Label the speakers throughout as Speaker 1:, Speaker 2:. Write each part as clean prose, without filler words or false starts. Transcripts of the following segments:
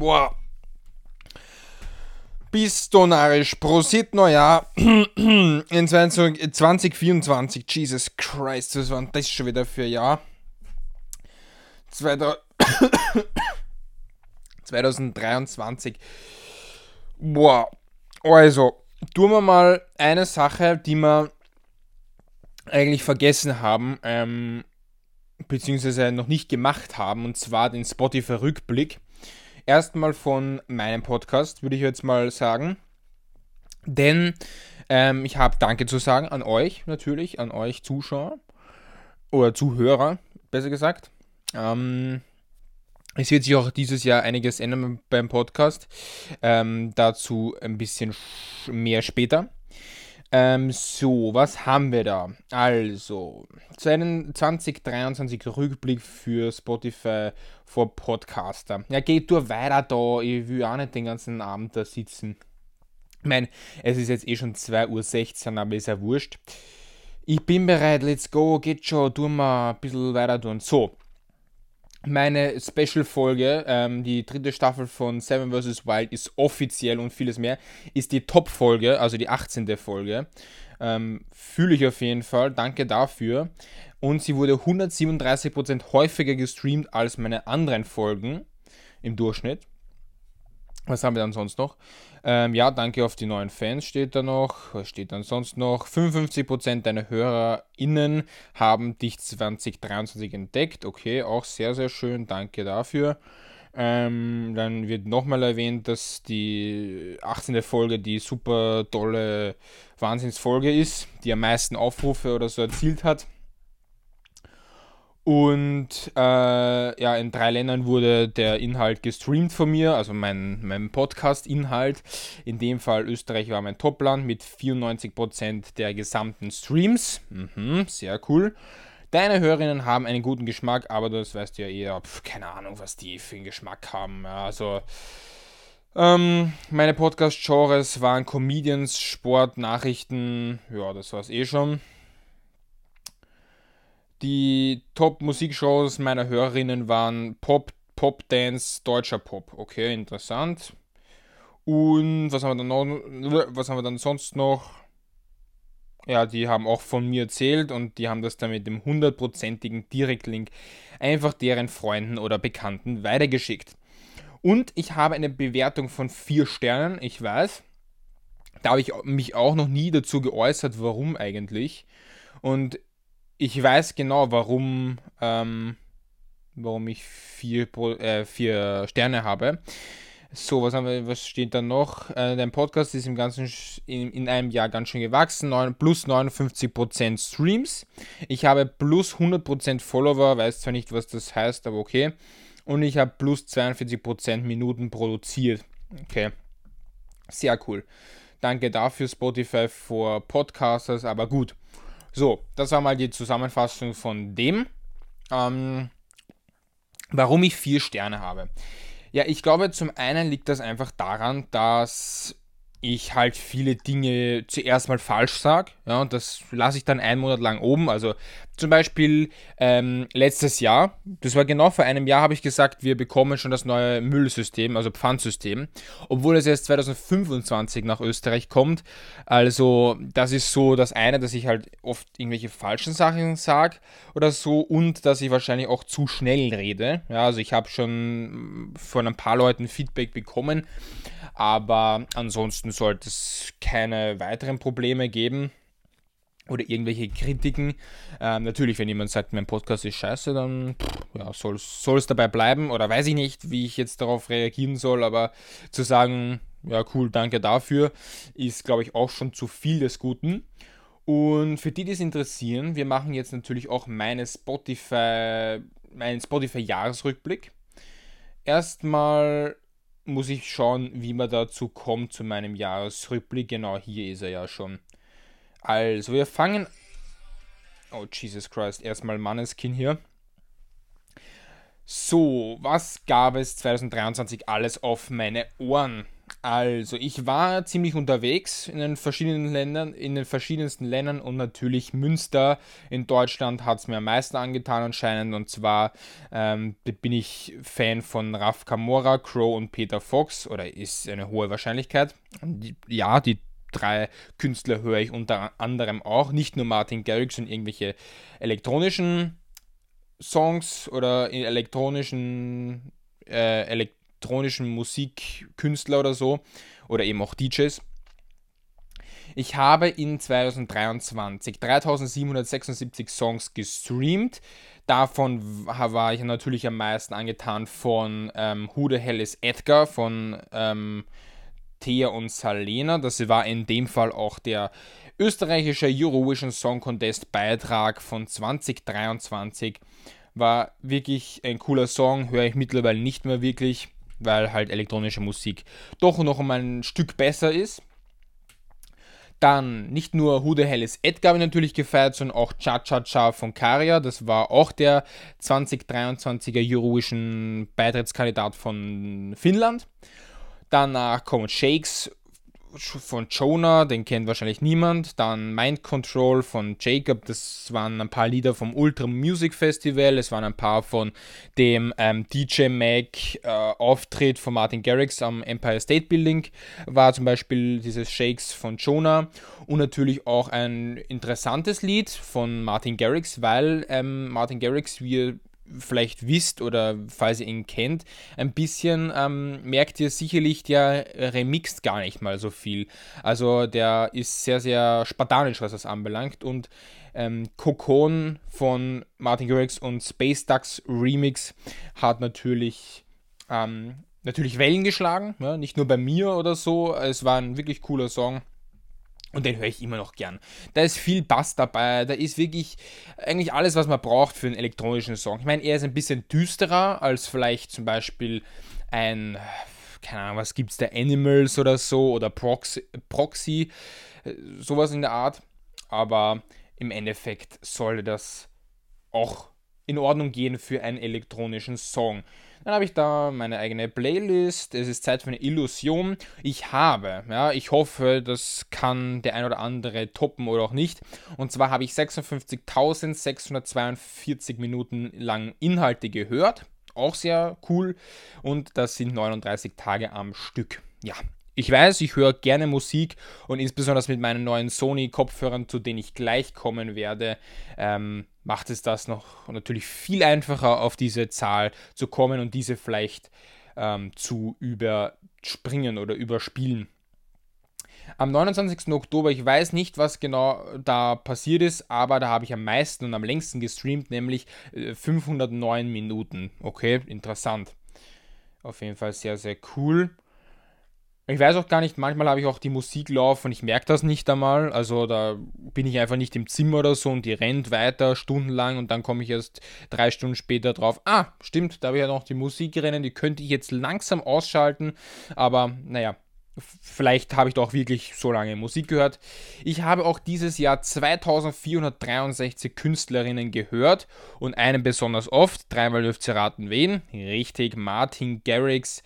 Speaker 1: Boah. Bis donarisch. Prosit Neujahr in 2024. Jesus Christ, was war denn das schon wieder für ein Jahr? 2023. Boah. Also, tun wir mal eine Sache, die wir eigentlich vergessen haben, beziehungsweise noch nicht gemacht haben, und zwar den Spotify-Rückblick. Erstmal von meinem Podcast, würde ich jetzt mal sagen. Denn ich habe Danke zu sagen an euch natürlich, an euch Zuschauer oder Zuhörer, besser gesagt. Es wird sich auch dieses Jahr einiges ändern beim Podcast. Dazu ein bisschen mehr später. So, was haben wir da? Also, 2023 Rückblick für Spotify for Podcaster. Ja, geht du weiter da. Ich will auch nicht den ganzen Abend da sitzen. Ich meine, es ist jetzt schon 2:16 Uhr, aber ist ja wurscht. Ich bin bereit, let's go, geht schon, tun wir ein bisschen weiter tun. So, meine Special-Folge, die 3. Staffel von Seven vs. Wild ist offiziell und vieles mehr, ist die Top-Folge, also die 18. Folge. Fühle ich auf jeden Fall, danke dafür. Und sie wurde 137% häufiger gestreamt als meine anderen Folgen im Durchschnitt. Was haben wir dann sonst noch? Ja, danke auf die neuen Fans steht da noch. Was steht dann sonst noch? 55% deiner HörerInnen haben dich 2023 entdeckt. Okay, auch sehr, sehr schön. Danke dafür. Dann wird nochmal erwähnt, dass die 18. Folge die super tolle Wahnsinnsfolge ist, die am meisten Aufrufe oder so erzielt hat. Und ja, in 3 Ländern wurde der Inhalt gestreamt von mir, also mein Podcast-Inhalt. In dem Fall Österreich war mein Topland mit 94% der gesamten Streams. Sehr cool. Deine Hörerinnen haben einen guten Geschmack, aber das weißt du ja eher, keine Ahnung, was die für einen Geschmack haben. Ja, also meine Podcast-Genres waren Comedians, Sport, Nachrichten, ja, das war's eh schon. Die Top-Musikshows meiner Hörerinnen waren Pop, Pop-Dance, deutscher Pop. Okay, interessant. Und was haben wir dann sonst noch? Ja, die haben auch von mir erzählt und die haben das dann mit dem 100%igen Direktlink einfach deren Freunden oder Bekannten weitergeschickt. Und ich habe eine Bewertung von 4 Sternen, ich weiß. Da habe ich mich auch noch nie dazu geäußert, warum eigentlich. Und ich weiß genau, warum ich 4 Sterne habe. So, was steht da noch? Dein Podcast ist im Ganzen in einem Jahr ganz schön gewachsen. Plus 59% Streams. Ich habe plus 100% Follower. Weiß zwar nicht, was das heißt, aber okay. Und ich habe plus 42% Minuten produziert. Okay. Sehr cool. Danke dafür, Spotify for Podcasters. Aber gut. So, das war mal die Zusammenfassung von dem, warum ich 4 Sterne habe. Ja, ich glaube, zum einen liegt das einfach daran, dass ich halt viele Dinge zuerst mal falsch sage. Ja, und das lasse ich dann einen Monat lang oben. Also zum Beispiel letztes Jahr, das war genau vor einem Jahr, habe ich gesagt, wir bekommen schon das neue Müllsystem, also Pfandsystem, obwohl es erst 2025 nach Österreich kommt. Also das ist so das eine, dass ich halt oft irgendwelche falschen Sachen sage oder so und dass ich wahrscheinlich auch zu schnell rede. Ja, also ich habe schon von ein paar Leuten Feedback bekommen, aber ansonsten sollte es keine weiteren Probleme geben oder irgendwelche Kritiken. Natürlich, wenn jemand sagt, mein Podcast ist scheiße, dann ja, soll es dabei bleiben oder weiß ich nicht, wie ich jetzt darauf reagieren soll, aber zu sagen, ja cool, danke dafür, ist glaube ich auch schon zu viel des Guten. Und für die es interessieren, wir machen jetzt natürlich auch meinen Spotify-Jahresrückblick. Erstmal muss ich schauen, wie man dazu kommt zu meinem Jahresrückblick. Genau, hier ist er ja schon. Also, wir fangen... Oh, Jesus Christ, erstmal Manneskin hier. So, was gab es 2023 alles auf meine Ohren? Also, ich war ziemlich unterwegs in den verschiedensten Ländern und natürlich Münster in Deutschland hat es mir am meisten angetan anscheinend. Und zwar bin ich Fan von Raf Camora, Crow und Peter Fox, oder ist eine hohe Wahrscheinlichkeit. Ja, die drei Künstler höre ich unter anderem auch, nicht nur Martin Garrix und irgendwelche elektronischen Songs oder elektronischen Musikkünstler oder so oder eben auch DJs. Ich habe in 2023 3776 Songs gestreamt. Davon war ich natürlich am meisten angetan von Who the Hell is Edgar von Thea und Salena. Das war in dem Fall auch der österreichische Eurovision Song Contest Beitrag von 2023. War wirklich ein cooler Song, höre ich mittlerweile nicht mehr wirklich, weil halt elektronische Musik doch noch um ein Stück besser ist. Dann nicht nur Who the Hell is Edgar habe ich natürlich gefeiert, sondern auch Cha Cha Cha von Karia. Das war auch der 2023er Eurovision Beitrittskandidat von Finnland. Danach kommen Shakes von Jonah, den kennt wahrscheinlich niemand. Dann Mind Control von Jacob, das waren ein paar Lieder vom Ultra Music Festival. Es waren ein paar von dem DJ Mag Auftritt von Martin Garrix am Empire State Building. War zum Beispiel dieses Shakes von Jonah. Und natürlich auch ein interessantes Lied von Martin Garrix, weil Martin Garrix, wie ihr vielleicht wisst oder falls ihr ihn kennt, ein bisschen merkt ihr sicherlich, der remixt gar nicht mal so viel. Also der ist sehr, sehr spartanisch, was das anbelangt. Und Kokon von Martin Garrix und Space Ducks Remix hat natürlich Wellen geschlagen, ja? Nicht nur bei mir oder so. Es war ein wirklich cooler Song. Und den höre ich immer noch gern. Da ist viel Bass dabei, da ist wirklich eigentlich alles, was man braucht für einen elektronischen Song. Ich meine, er ist ein bisschen düsterer als vielleicht zum Beispiel keine Ahnung, was gibt's da, Animals oder so, oder Proxy, sowas in der Art. Aber im Endeffekt sollte das auch in Ordnung gehen für einen elektronischen Song. Dann habe ich da meine eigene Playlist. Es ist Zeit für eine Illusion. Ich hoffe, das kann der ein oder andere toppen oder auch nicht. Und zwar habe ich 56.642 Minuten lang Inhalte gehört. Auch sehr cool. Und das sind 39 Tage am Stück. Ja, ich weiß, ich höre gerne Musik und insbesondere mit meinen neuen Sony-Kopfhörern, zu denen ich gleich kommen werde, macht es das noch natürlich viel einfacher, auf diese Zahl zu kommen und diese vielleicht zu überspringen oder überspielen. Am 29. Oktober, ich weiß nicht, was genau da passiert ist, aber da habe ich am meisten und am längsten gestreamt, nämlich 509 Minuten. Okay, interessant. Auf jeden Fall sehr, sehr cool. Ich weiß auch gar nicht, manchmal habe ich auch die Musik laufen und ich merke das nicht einmal. Also da bin ich einfach nicht im Zimmer oder so und die rennt weiter stundenlang und dann komme ich erst 3 Stunden später drauf. Ah, stimmt, da habe ich ja noch die Musik rennen, die könnte ich jetzt langsam ausschalten. Aber naja, vielleicht habe ich doch wirklich so lange Musik gehört. Ich habe auch dieses Jahr 2463 Künstlerinnen gehört und einen besonders oft. Dreimal dürft ihr raten, wen? Richtig, Martin Garrix.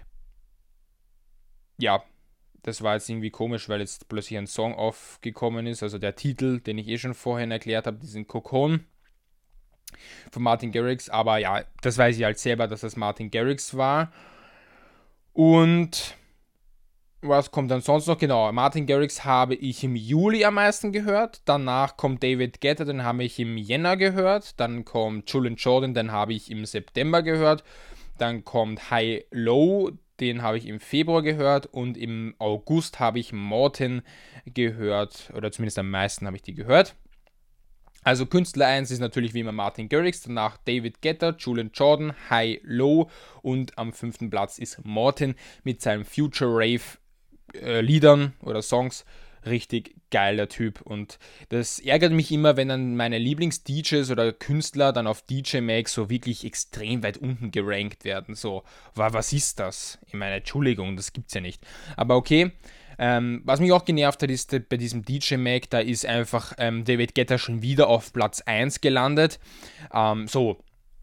Speaker 1: Ja, das war jetzt irgendwie komisch, weil jetzt plötzlich ein Song aufgekommen ist. Also der Titel, den ich schon vorhin erklärt habe, diesen Kokon von Martin Garrix. Aber ja, das weiß ich halt selber, dass das Martin Garrix war. Und was kommt dann sonst noch? Genau, Martin Garrix habe ich im Juli am meisten gehört. Danach kommt David Guetta, den habe ich im Jänner gehört. Dann kommt Julian Jordan, den habe ich im September gehört. Dann kommt High Low, den habe ich im Februar gehört. Und im August habe ich Morten gehört. Oder zumindest am meisten habe ich die gehört. Also Künstler 1 ist natürlich wie immer Martin Garrix, danach David Guetta, Julian Jordan, High Low und am 5. Platz ist Morten mit seinen Future Rave Liedern oder Songs. Richtig geiler Typ und das ärgert mich immer, wenn dann meine Lieblings-DJs oder Künstler dann auf DJ Mag so wirklich extrem weit unten gerankt werden. So, was ist das? Ich meine, Entschuldigung, das gibt's ja nicht. Aber okay. Was mich auch genervt hat, ist bei diesem DJ Mag, da ist einfach David Guetta schon wieder auf Platz 1 gelandet. So,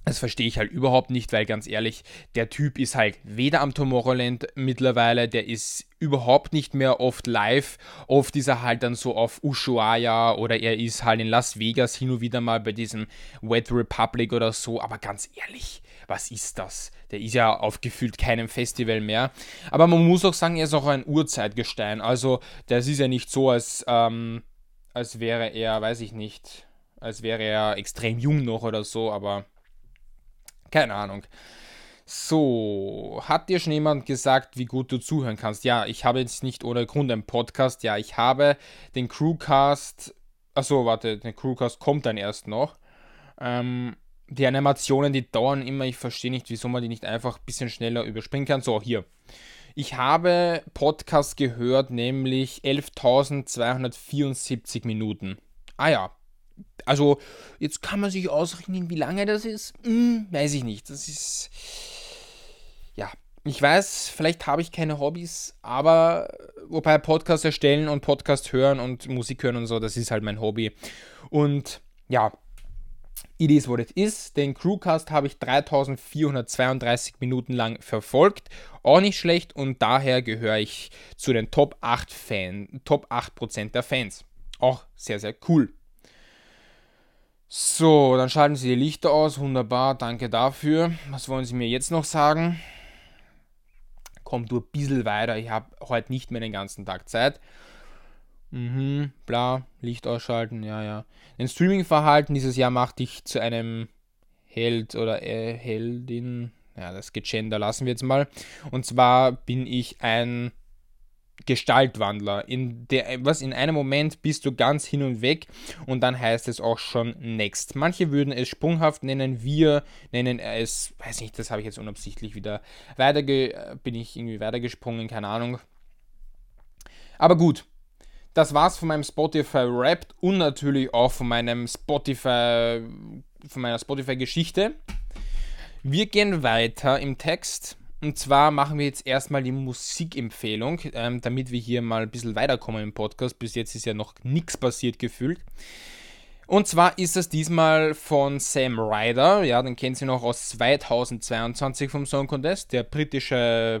Speaker 1: Das verstehe ich halt überhaupt nicht, weil ganz ehrlich, der Typ ist halt weder am Tomorrowland mittlerweile, der ist überhaupt nicht mehr oft live. Oft ist er halt dann so auf Ushuaia oder er ist halt in Las Vegas hin und wieder mal bei diesem Wet Republic oder so. Aber ganz ehrlich, was ist das? Der ist ja auf gefühlt keinem Festival mehr. Aber man muss auch sagen, er ist auch ein Urzeitgestein. Also das ist ja nicht so, als wäre er, weiß ich nicht, als wäre er extrem jung noch oder so, aber keine Ahnung. So, hat dir schon jemand gesagt, wie gut du zuhören kannst? Ja, ich habe jetzt nicht ohne Grund einen Podcast. Ja, ich habe den Crewcast. Achso, warte, der Crewcast kommt dann erst noch. Die Animationen, die dauern immer. Ich verstehe nicht, wieso man die nicht einfach ein bisschen schneller überspringen kann. So, hier. Ich habe Podcast gehört, nämlich 11.274 Minuten. Ah ja, also, jetzt kann man sich ausrechnen, wie lange das ist. Weiß ich nicht. Das ist. Ja, ich weiß, vielleicht habe ich keine Hobbys, aber wobei Podcast erstellen und Podcast hören und Musik hören und so, das ist halt mein Hobby. Und ja, it is what it is. Den Crewcast habe ich 3432 Minuten lang verfolgt. Auch nicht schlecht und daher gehöre ich zu den Top 8% der Fans. Auch sehr, sehr cool. So, dann schalten Sie die Lichter aus. Wunderbar, danke dafür. Was wollen Sie mir jetzt noch sagen? Komm du ein bisschen weiter. Ich habe heute nicht mehr den ganzen Tag Zeit. Bla, Licht ausschalten, ja, ja. Ein Streaming-Verhalten dieses Jahr macht dich zu einem Held oder Heldin. Ja, das Gegender lassen wir jetzt mal. Und zwar bin ich ein Gestaltwandler. In einem Moment bist du ganz hin und weg und dann heißt es auch schon next. Manche würden es sprunghaft nennen, wir nennen es, weiß nicht, das habe ich jetzt unabsichtlich wieder bin ich irgendwie weitergesprungen, keine Ahnung. Aber gut, das war's von meinem Spotify Wrapped und natürlich auch von meiner Spotify-Geschichte. Wir gehen weiter im Text. Und zwar machen wir jetzt erstmal die Musikempfehlung, damit wir hier mal ein bisschen weiterkommen im Podcast. Bis jetzt ist ja noch nichts passiert gefühlt. Und zwar ist das diesmal von Sam Ryder. Ja, den kennen Sie noch aus 2022 vom Song Contest. Der britische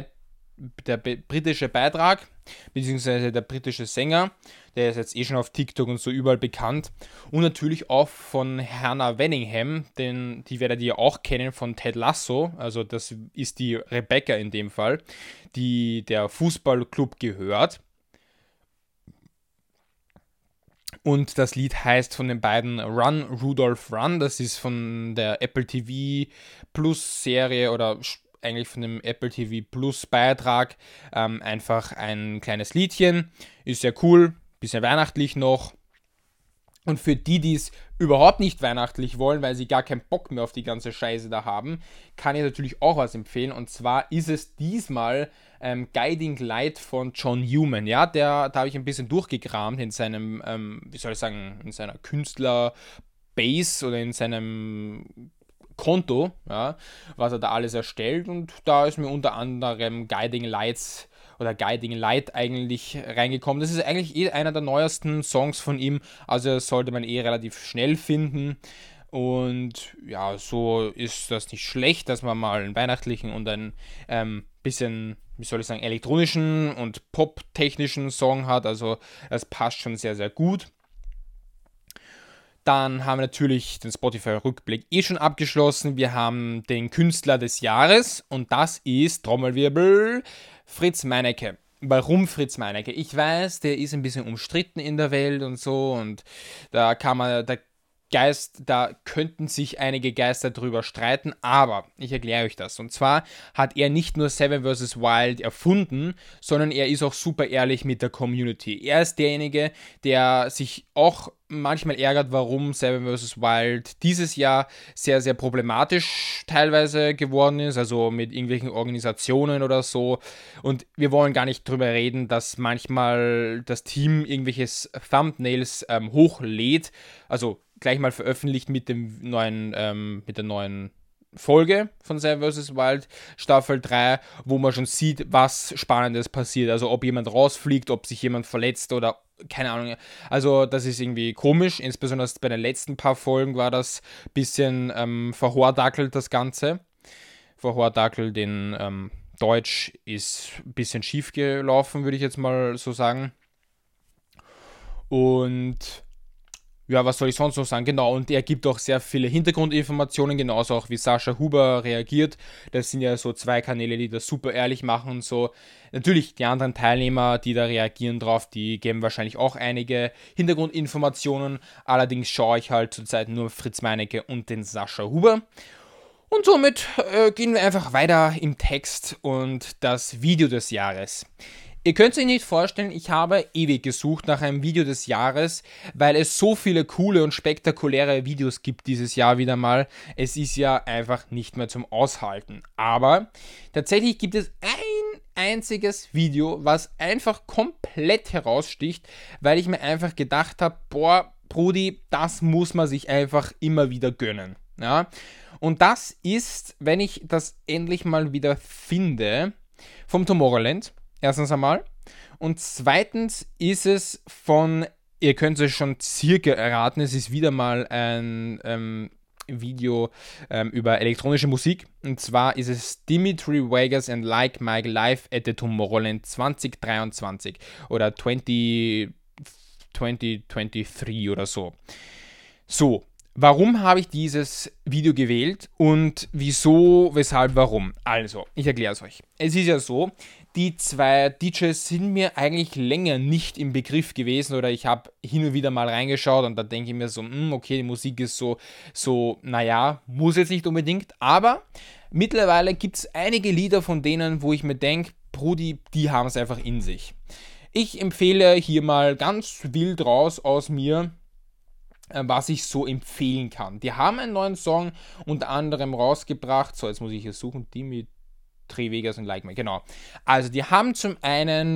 Speaker 1: Beitrag, beziehungsweise der britische Sänger, der ist jetzt schon auf TikTok und so überall bekannt. Und natürlich auch von Hannah Waddingham, die werdet ihr auch kennen von Ted Lasso, also das ist die Rebecca in dem Fall, die der Fußballclub gehört. Und das Lied heißt von den beiden Run, Rudolph Run. Das ist von der Apple TV Plus Serie oder eigentlich von dem Apple TV Plus Beitrag. Einfach ein kleines Liedchen. Ist sehr cool, bisschen weihnachtlich noch. Und für die es überhaupt nicht weihnachtlich wollen, weil sie gar keinen Bock mehr auf die ganze Scheiße da haben, kann ich natürlich auch was empfehlen. Und zwar ist es diesmal Guiding Light von John Newman. Ja, da habe ich ein bisschen durchgekramt in seinem, wie soll ich sagen, in seiner Künstler-Base oder in seinem Konto, ja, was er da alles erstellt. Und da ist mir unter anderem Guiding Light eigentlich reingekommen. Das ist eigentlich einer der neuesten Songs von ihm, also sollte man relativ schnell finden. Und ja, so ist das nicht schlecht, dass man mal einen weihnachtlichen und einen bisschen, wie soll ich sagen, elektronischen und pop-technischen Song hat. Also das passt schon sehr, sehr gut. Dann haben wir natürlich den Spotify-Rückblick schon abgeschlossen. Wir haben den Künstler des Jahres und das ist, Trommelwirbel, Fritz Meinecke. Warum Fritz Meinecke? Ich weiß, der ist ein bisschen umstritten in der Welt und so und da könnten sich einige Geister drüber streiten, aber ich erkläre euch das. Und zwar hat er nicht nur Seven vs. Wild erfunden, sondern er ist auch super ehrlich mit der Community. Er ist derjenige, der sich auch manchmal ärgert, warum Seven vs. Wild dieses Jahr sehr, sehr problematisch teilweise geworden ist, also mit irgendwelchen Organisationen oder so. Und wir wollen gar nicht drüber reden, dass manchmal das Team irgendwelches Thumbnails hochlädt, also gleich mal veröffentlicht mit der neuen Folge von Seven vs. Wild Staffel 3, wo man schon sieht, was Spannendes passiert. Also ob jemand rausfliegt, ob sich jemand verletzt oder keine Ahnung. Also das ist irgendwie komisch, insbesondere bei den letzten paar Folgen war das ein bisschen verhordackelt, das Ganze. Verhordackelt in Deutsch ist ein bisschen schief gelaufen, würde ich jetzt mal so sagen. Und ja, was soll ich sonst noch sagen? Genau, und er gibt auch sehr viele Hintergrundinformationen, genauso auch wie Sascha Huber reagiert. Das sind ja so zwei Kanäle, die das super ehrlich machen und so. Natürlich, die anderen Teilnehmer, die da reagieren drauf, die geben wahrscheinlich auch einige Hintergrundinformationen. Allerdings schaue ich halt zurzeit nur Fritz Meinecke und den Sascha Huber. Und somit gehen wir einfach weiter im Text und das Video des Jahres. Ihr könnt es euch nicht vorstellen, ich habe ewig gesucht nach einem Video des Jahres, weil es so viele coole und spektakuläre Videos gibt dieses Jahr wieder mal. Es ist ja einfach nicht mehr zum Aushalten. Aber tatsächlich gibt es ein einziges Video, was einfach komplett heraussticht, weil ich mir einfach gedacht habe, boah, Brudi, das muss man sich einfach immer wieder gönnen. Ja? Und das ist, wenn ich das endlich mal wieder finde, vom Tomorrowland. Erstens einmal. Und zweitens ist es von, ihr könnt es schon circa erraten, es ist wieder mal ein Video über elektronische Musik. Und zwar ist es Dimitri Vegas and Like Mike live at the Tomorrowland 2023 oder 2023 oder so. So, warum habe ich dieses Video gewählt und wieso, weshalb, warum? Also, ich erkläre es euch. Es ist ja so, die zwei DJs sind mir eigentlich länger nicht im Begriff gewesen oder ich habe hin und wieder mal reingeschaut und da denke ich mir so, okay, die Musik ist so, naja, muss jetzt nicht unbedingt, aber mittlerweile gibt es einige Lieder von denen, wo ich mir denke, Brudi, die haben es einfach in sich. Ich empfehle hier mal ganz wild raus aus mir, was ich so empfehlen kann. Die haben einen neuen Song unter anderem rausgebracht, so jetzt muss ich hier suchen, Dimitri Vegas und Like Me, genau. Also die haben zum einen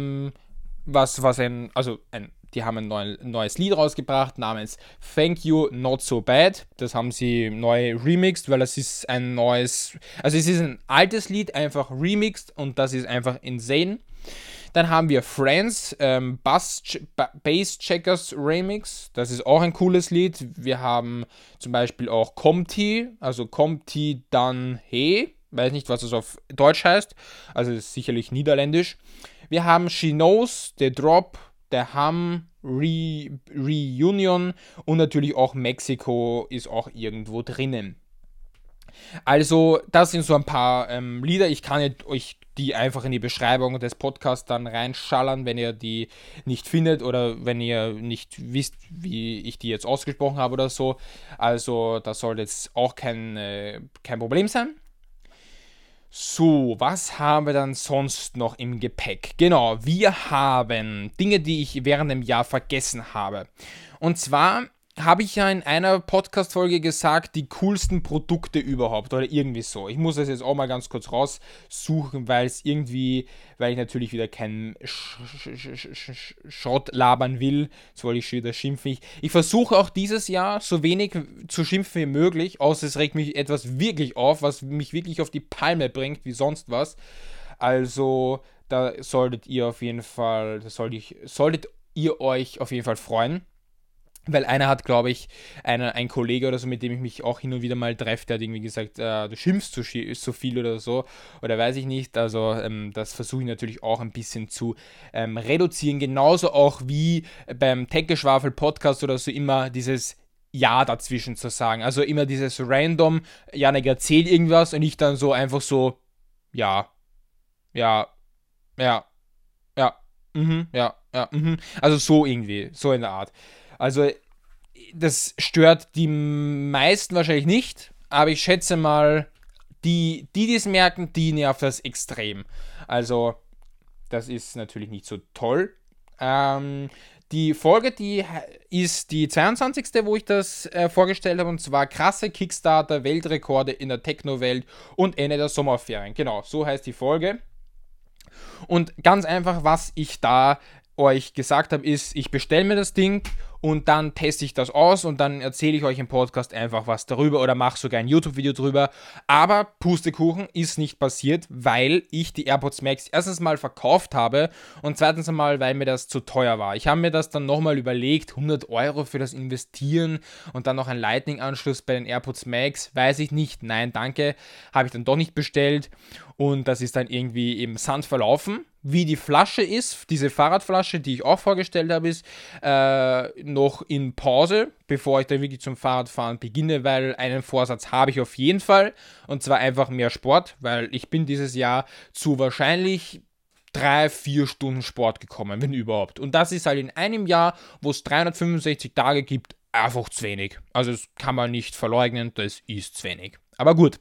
Speaker 1: die haben ein neues Lied rausgebracht namens Thank You Not So Bad. Das haben sie neu remixed, weil es ist ein neues, also es ist ein altes Lied, einfach remixed und das ist einfach insane. Dann haben wir Friends, Bass Checkers Remix, das ist auch ein cooles Lied. Wir haben zum Beispiel auch Comty, also Comty dann He, weiß nicht, was das auf Deutsch heißt, also das ist sicherlich niederländisch. Wir haben She Knows, The Drop, The Hum, Reunion und natürlich auch Mexiko ist auch irgendwo drinnen. Also, das sind so ein paar Lieder. Ich kann euch die einfach in die Beschreibung des Podcasts dann reinschallern, wenn ihr die nicht findet oder wenn ihr nicht wisst, wie ich die jetzt ausgesprochen habe oder so. Also, das sollte jetzt auch kein Problem sein. So, was haben wir dann sonst noch im Gepäck? Genau, wir haben Dinge, die ich während dem Jahr vergessen habe. Und zwar habe ich ja in einer Podcast-Folge gesagt, die coolsten Produkte überhaupt oder irgendwie so. Ich muss das jetzt auch mal ganz kurz raussuchen, weil ich natürlich wieder keinen Schrott labern will. Jetzt wollte ich schon wieder schimpfen. Ich versuche auch dieses Jahr so wenig zu schimpfen wie möglich, außer es regt mich etwas wirklich auf, was mich wirklich auf die Palme bringt, wie sonst was. Also, da solltet ihr euch auf jeden Fall freuen. Weil einer hat, glaube ich, ein Kollege oder so, mit dem ich mich auch hin und wieder mal treffe, der hat irgendwie gesagt, du schimpfst so viel oder so, oder weiß ich nicht. Also das versuche ich natürlich auch ein bisschen zu reduzieren. Genauso auch wie beim Tech-Geschwafel-Podcast oder so immer dieses Ja dazwischen zu sagen. Also immer dieses random, Janik erzählt irgendwas und ich dann so einfach so, ja, ja, ja, ja, ja, ja, Also so irgendwie, so in der Art. Also, das stört die meisten wahrscheinlich nicht, aber ich schätze mal, die es merken, die nervt das extrem. Also, das ist natürlich nicht so toll. Die Folge, die ist die 22. wo ich das vorgestellt habe, und zwar krasse Kickstarter, Weltrekorde in der Techno-Welt und Ende der Sommerferien. Genau, so heißt die Folge. Und ganz einfach, was ich da euch gesagt habe, ist, ich bestelle mir das Ding und dann teste ich das aus und dann erzähle ich euch im Podcast einfach was darüber oder mache sogar ein YouTube-Video drüber. Aber Pustekuchen ist nicht passiert, weil ich die AirPods Max erstens mal verkauft habe und zweitens einmal, weil mir das zu teuer war. Ich habe mir das dann nochmal überlegt, 100 Euro für das Investieren und dann noch ein Lightning-Anschluss bei den AirPods Max, weiß ich nicht. Nein, danke, habe ich dann doch nicht bestellt und das ist dann irgendwie im Sand verlaufen. Wie die Flasche ist, diese Fahrradflasche, die ich auch vorgestellt habe, ist noch in Pause, bevor ich dann wirklich zum Fahrradfahren beginne, weil einen Vorsatz habe ich auf jeden Fall und zwar einfach mehr Sport, weil ich bin dieses Jahr zu wahrscheinlich 3-4 Stunden Sport gekommen, wenn überhaupt. Und das ist halt in einem Jahr, wo es 365 Tage gibt, einfach zu wenig. Also das kann man nicht verleugnen, das ist zu wenig. Aber gut.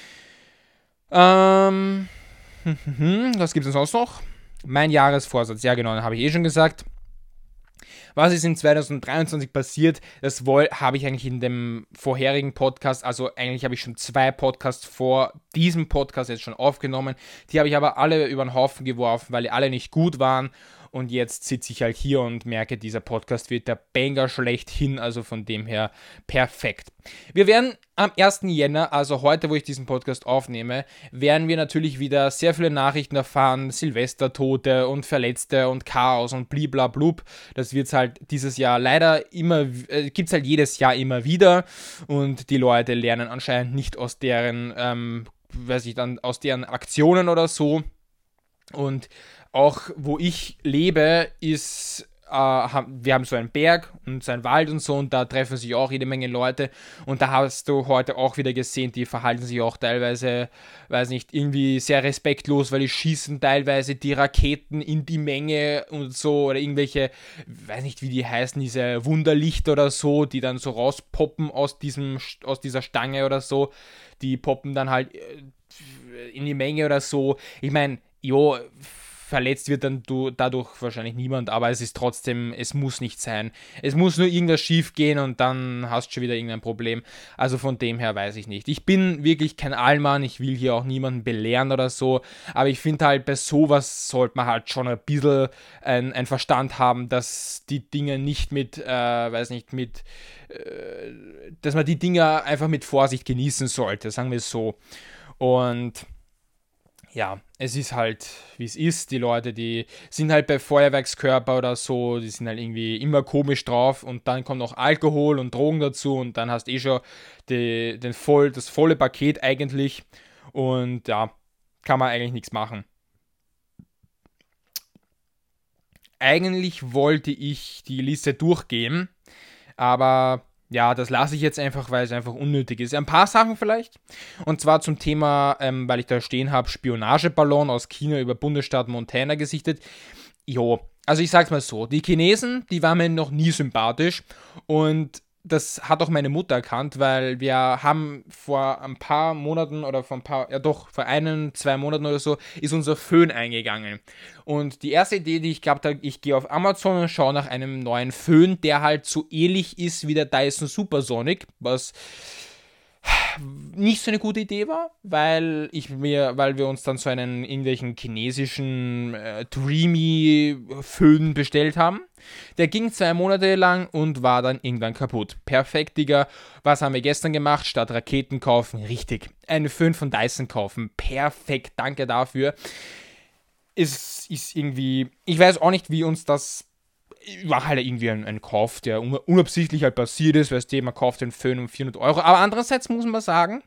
Speaker 1: Was gibt es sonst noch? Mein Jahresvorsatz, ja genau, habe ich schon gesagt. Was ist in 2023 passiert, das habe ich eigentlich in dem vorherigen Podcast, also eigentlich habe ich schon 2 Podcasts vor diesem Podcast jetzt schon aufgenommen. Die habe ich aber alle über den Haufen geworfen, weil die alle nicht gut waren. Und jetzt sitze ich halt hier und merke, dieser Podcast wird der Banger schlechthin, also von dem her perfekt. Wir werden am 1. Jänner, also heute, wo ich diesen Podcast aufnehme, werden wir natürlich wieder sehr viele Nachrichten erfahren, Silvestertote und Verletzte und Chaos und bliblablub. Das wird es halt dieses Jahr leider immer, gibt es halt jedes Jahr immer wieder und die Leute lernen anscheinend nicht aus deren, aus deren Aktionen oder so. Und auch wo ich lebe, ist, wir haben so einen Berg und so einen Wald und so und da treffen sich auch jede Menge Leute und da hast du heute auch wieder gesehen, die verhalten sich auch teilweise, weiß nicht, irgendwie sehr respektlos, weil die schießen teilweise die Raketen in die Menge und so oder irgendwelche, weiß nicht wie die heißen, diese Wunderlichter oder so, die dann so rauspoppen aus dieser Stange oder so, die poppen dann halt in die Menge oder so. Ich meine, jo, verletzt wird dann dadurch wahrscheinlich niemand, aber es ist trotzdem, es muss nicht sein. Es muss nur irgendwas schief gehen und dann hast du schon wieder irgendein Problem. Also von dem her weiß ich nicht. Ich bin wirklich kein Allmann, ich will hier auch niemanden belehren oder so, aber ich finde halt, bei sowas sollte man halt schon ein bisschen ein Verstand haben, dass die Dinge nicht dass man die Dinge einfach mit Vorsicht genießen sollte, sagen wir es so. Und ja, es ist halt, wie es ist. Die Leute, die sind halt bei Feuerwerkskörper oder so, die sind halt irgendwie immer komisch drauf und dann kommt noch Alkohol und Drogen dazu und dann hast du schon das volle Paket eigentlich und ja, kann man eigentlich nichts machen. Eigentlich wollte ich die Liste durchgehen, aber ja, das lasse ich jetzt einfach, weil es einfach unnötig ist. Ein paar Sachen vielleicht. Und zwar zum Thema, weil ich da stehen habe, Spionageballon aus China über Bundesstaat Montana gesichtet. Jo, also ich sag's mal so, die Chinesen, die waren mir noch nie sympathisch und das hat auch meine Mutter erkannt, weil wir haben vor ein paar Monaten oder vor 1-2 Monaten oder so, ist unser Föhn eingegangen. Und die erste Idee, die ich gehabt habe, ich gehe auf Amazon und schaue nach einem neuen Föhn, der halt so ähnlich ist wie der Dyson Supersonic, was nicht so eine gute Idee war, weil wir uns dann so einen irgendwelchen chinesischen Dreamy Föhn bestellt haben. Der ging 2 Monate lang und war dann irgendwann kaputt. Perfekt, Digga. Was haben wir gestern gemacht? Statt Raketen kaufen, richtig, einen Föhn von Dyson kaufen. Perfekt, danke dafür. Es ist irgendwie, ich weiß auch nicht, wie uns das war halt irgendwie ein Kauf, der unabsichtlich halt passiert ist, weißt du, man kauft den Föhn um 400 Euro, aber andererseits muss man sagen,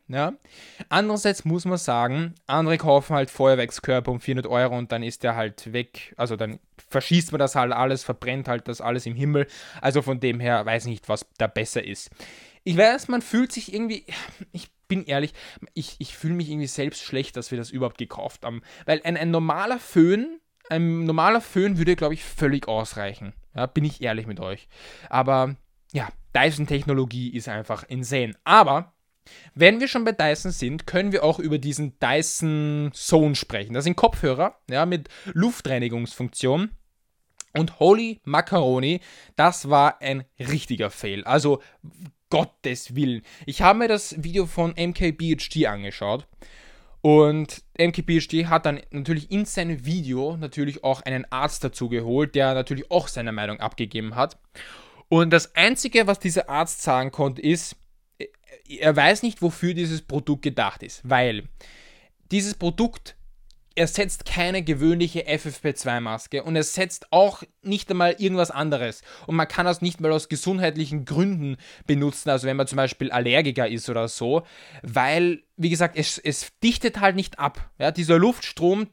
Speaker 1: andere kaufen halt Feuerwerkskörper um 400 Euro und dann ist der halt weg, also dann verschießt man das halt alles, verbrennt halt das alles im Himmel, also von dem her weiß ich nicht, was da besser ist. Ich weiß, man fühlt sich irgendwie, ich bin ehrlich, ich fühle mich irgendwie selbst schlecht, dass wir das überhaupt gekauft haben, weil ein normaler Föhn würde, glaube ich, völlig ausreichen. Ja, bin ich ehrlich mit euch. Aber ja, Dyson-Technologie ist einfach insane. Aber wenn wir schon bei Dyson sind, können wir auch über diesen Dyson Zone sprechen. Das sind Kopfhörer, ja, mit Luftreinigungsfunktion. Und holy Macaroni, das war ein richtiger Fail. Also, Gottes Willen. Ich habe mir das Video von MKBHD angeschaut. Und MKBHD hat dann natürlich in seinem Video natürlich auch einen Arzt dazu geholt, der natürlich auch seine Meinung abgegeben hat. Und das Einzige, was dieser Arzt sagen konnte, ist, er weiß nicht, wofür dieses Produkt gedacht ist, weil dieses Produkt ersetzt keine gewöhnliche FFP2-Maske und es setzt auch nicht einmal irgendwas anderes. Und man kann das nicht mal aus gesundheitlichen Gründen benutzen, also wenn man zum Beispiel Allergiker ist oder so, weil, wie gesagt, es dichtet halt nicht ab. Ja, dieser Luftstrom,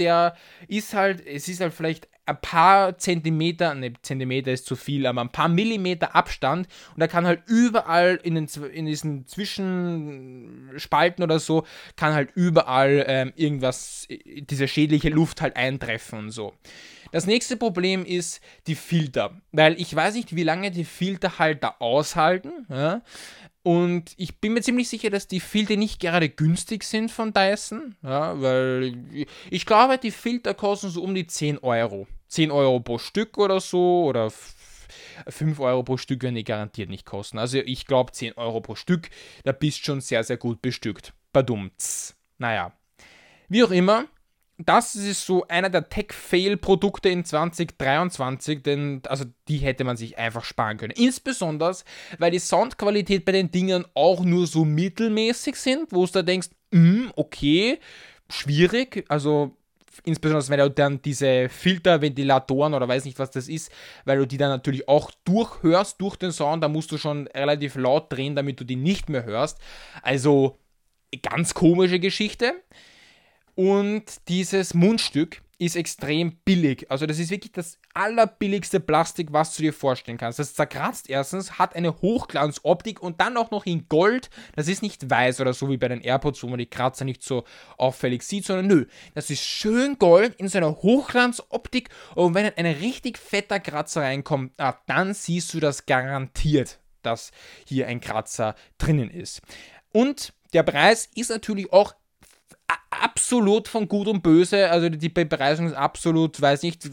Speaker 1: es ist halt vielleicht ein paar Zentimeter, ne, Zentimeter ist zu viel, aber ein paar Millimeter Abstand und da kann halt überall in diesen Zwischenspalten oder so, kann halt überall irgendwas, diese schädliche Luft halt eintreffen und so. Das nächste Problem ist die Filter, weil ich weiß nicht, wie lange die Filter halt da aushalten, ja? Und ich bin mir ziemlich sicher, dass die Filter nicht gerade günstig sind von Dyson, ja, weil ich glaube, die Filter kosten so um die 10 Euro. 10 Euro pro Stück oder so, oder 5 Euro pro Stück werden die garantiert nicht kosten. Also ich glaube 10 Euro pro Stück, da bist schon sehr, sehr gut bestückt. Badumts. Naja, wie auch immer, das ist so einer der Tech-Fail-Produkte in 2023, denn also die hätte man sich einfach sparen können. Insbesondere, weil die Soundqualität bei den Dingern auch nur so mittelmäßig sind, wo du da denkst, okay, schwierig, also insbesondere wenn du dann diese Filterventilatoren oder weiß nicht, was das ist, weil du die dann natürlich auch durchhörst durch den Sound, da musst du schon relativ laut drehen, damit du die nicht mehr hörst. Also ganz komische Geschichte. Und dieses Mundstück ist extrem billig. Also das ist wirklich das allerbilligste Plastik, was du dir vorstellen kannst. Das zerkratzt erstens, hat eine Hochglanzoptik und dann auch noch in Gold. Das ist nicht weiß oder so wie bei den AirPods, wo man die Kratzer nicht so auffällig sieht, sondern nö, das ist schön Gold in so einer Hochglanzoptik und wenn ein richtig fetter Kratzer reinkommt, dann siehst du das garantiert, dass hier ein Kratzer drinnen ist. Und der Preis ist natürlich auch absolut von Gut und Böse, also die Bepreisung ist absolut, weiß nicht,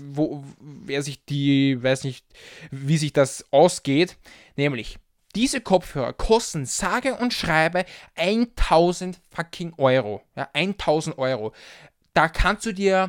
Speaker 1: wie sich das ausgeht, nämlich diese Kopfhörer kosten sage und schreibe 1000 fucking Euro, ja, 1000 Euro, da kannst du dir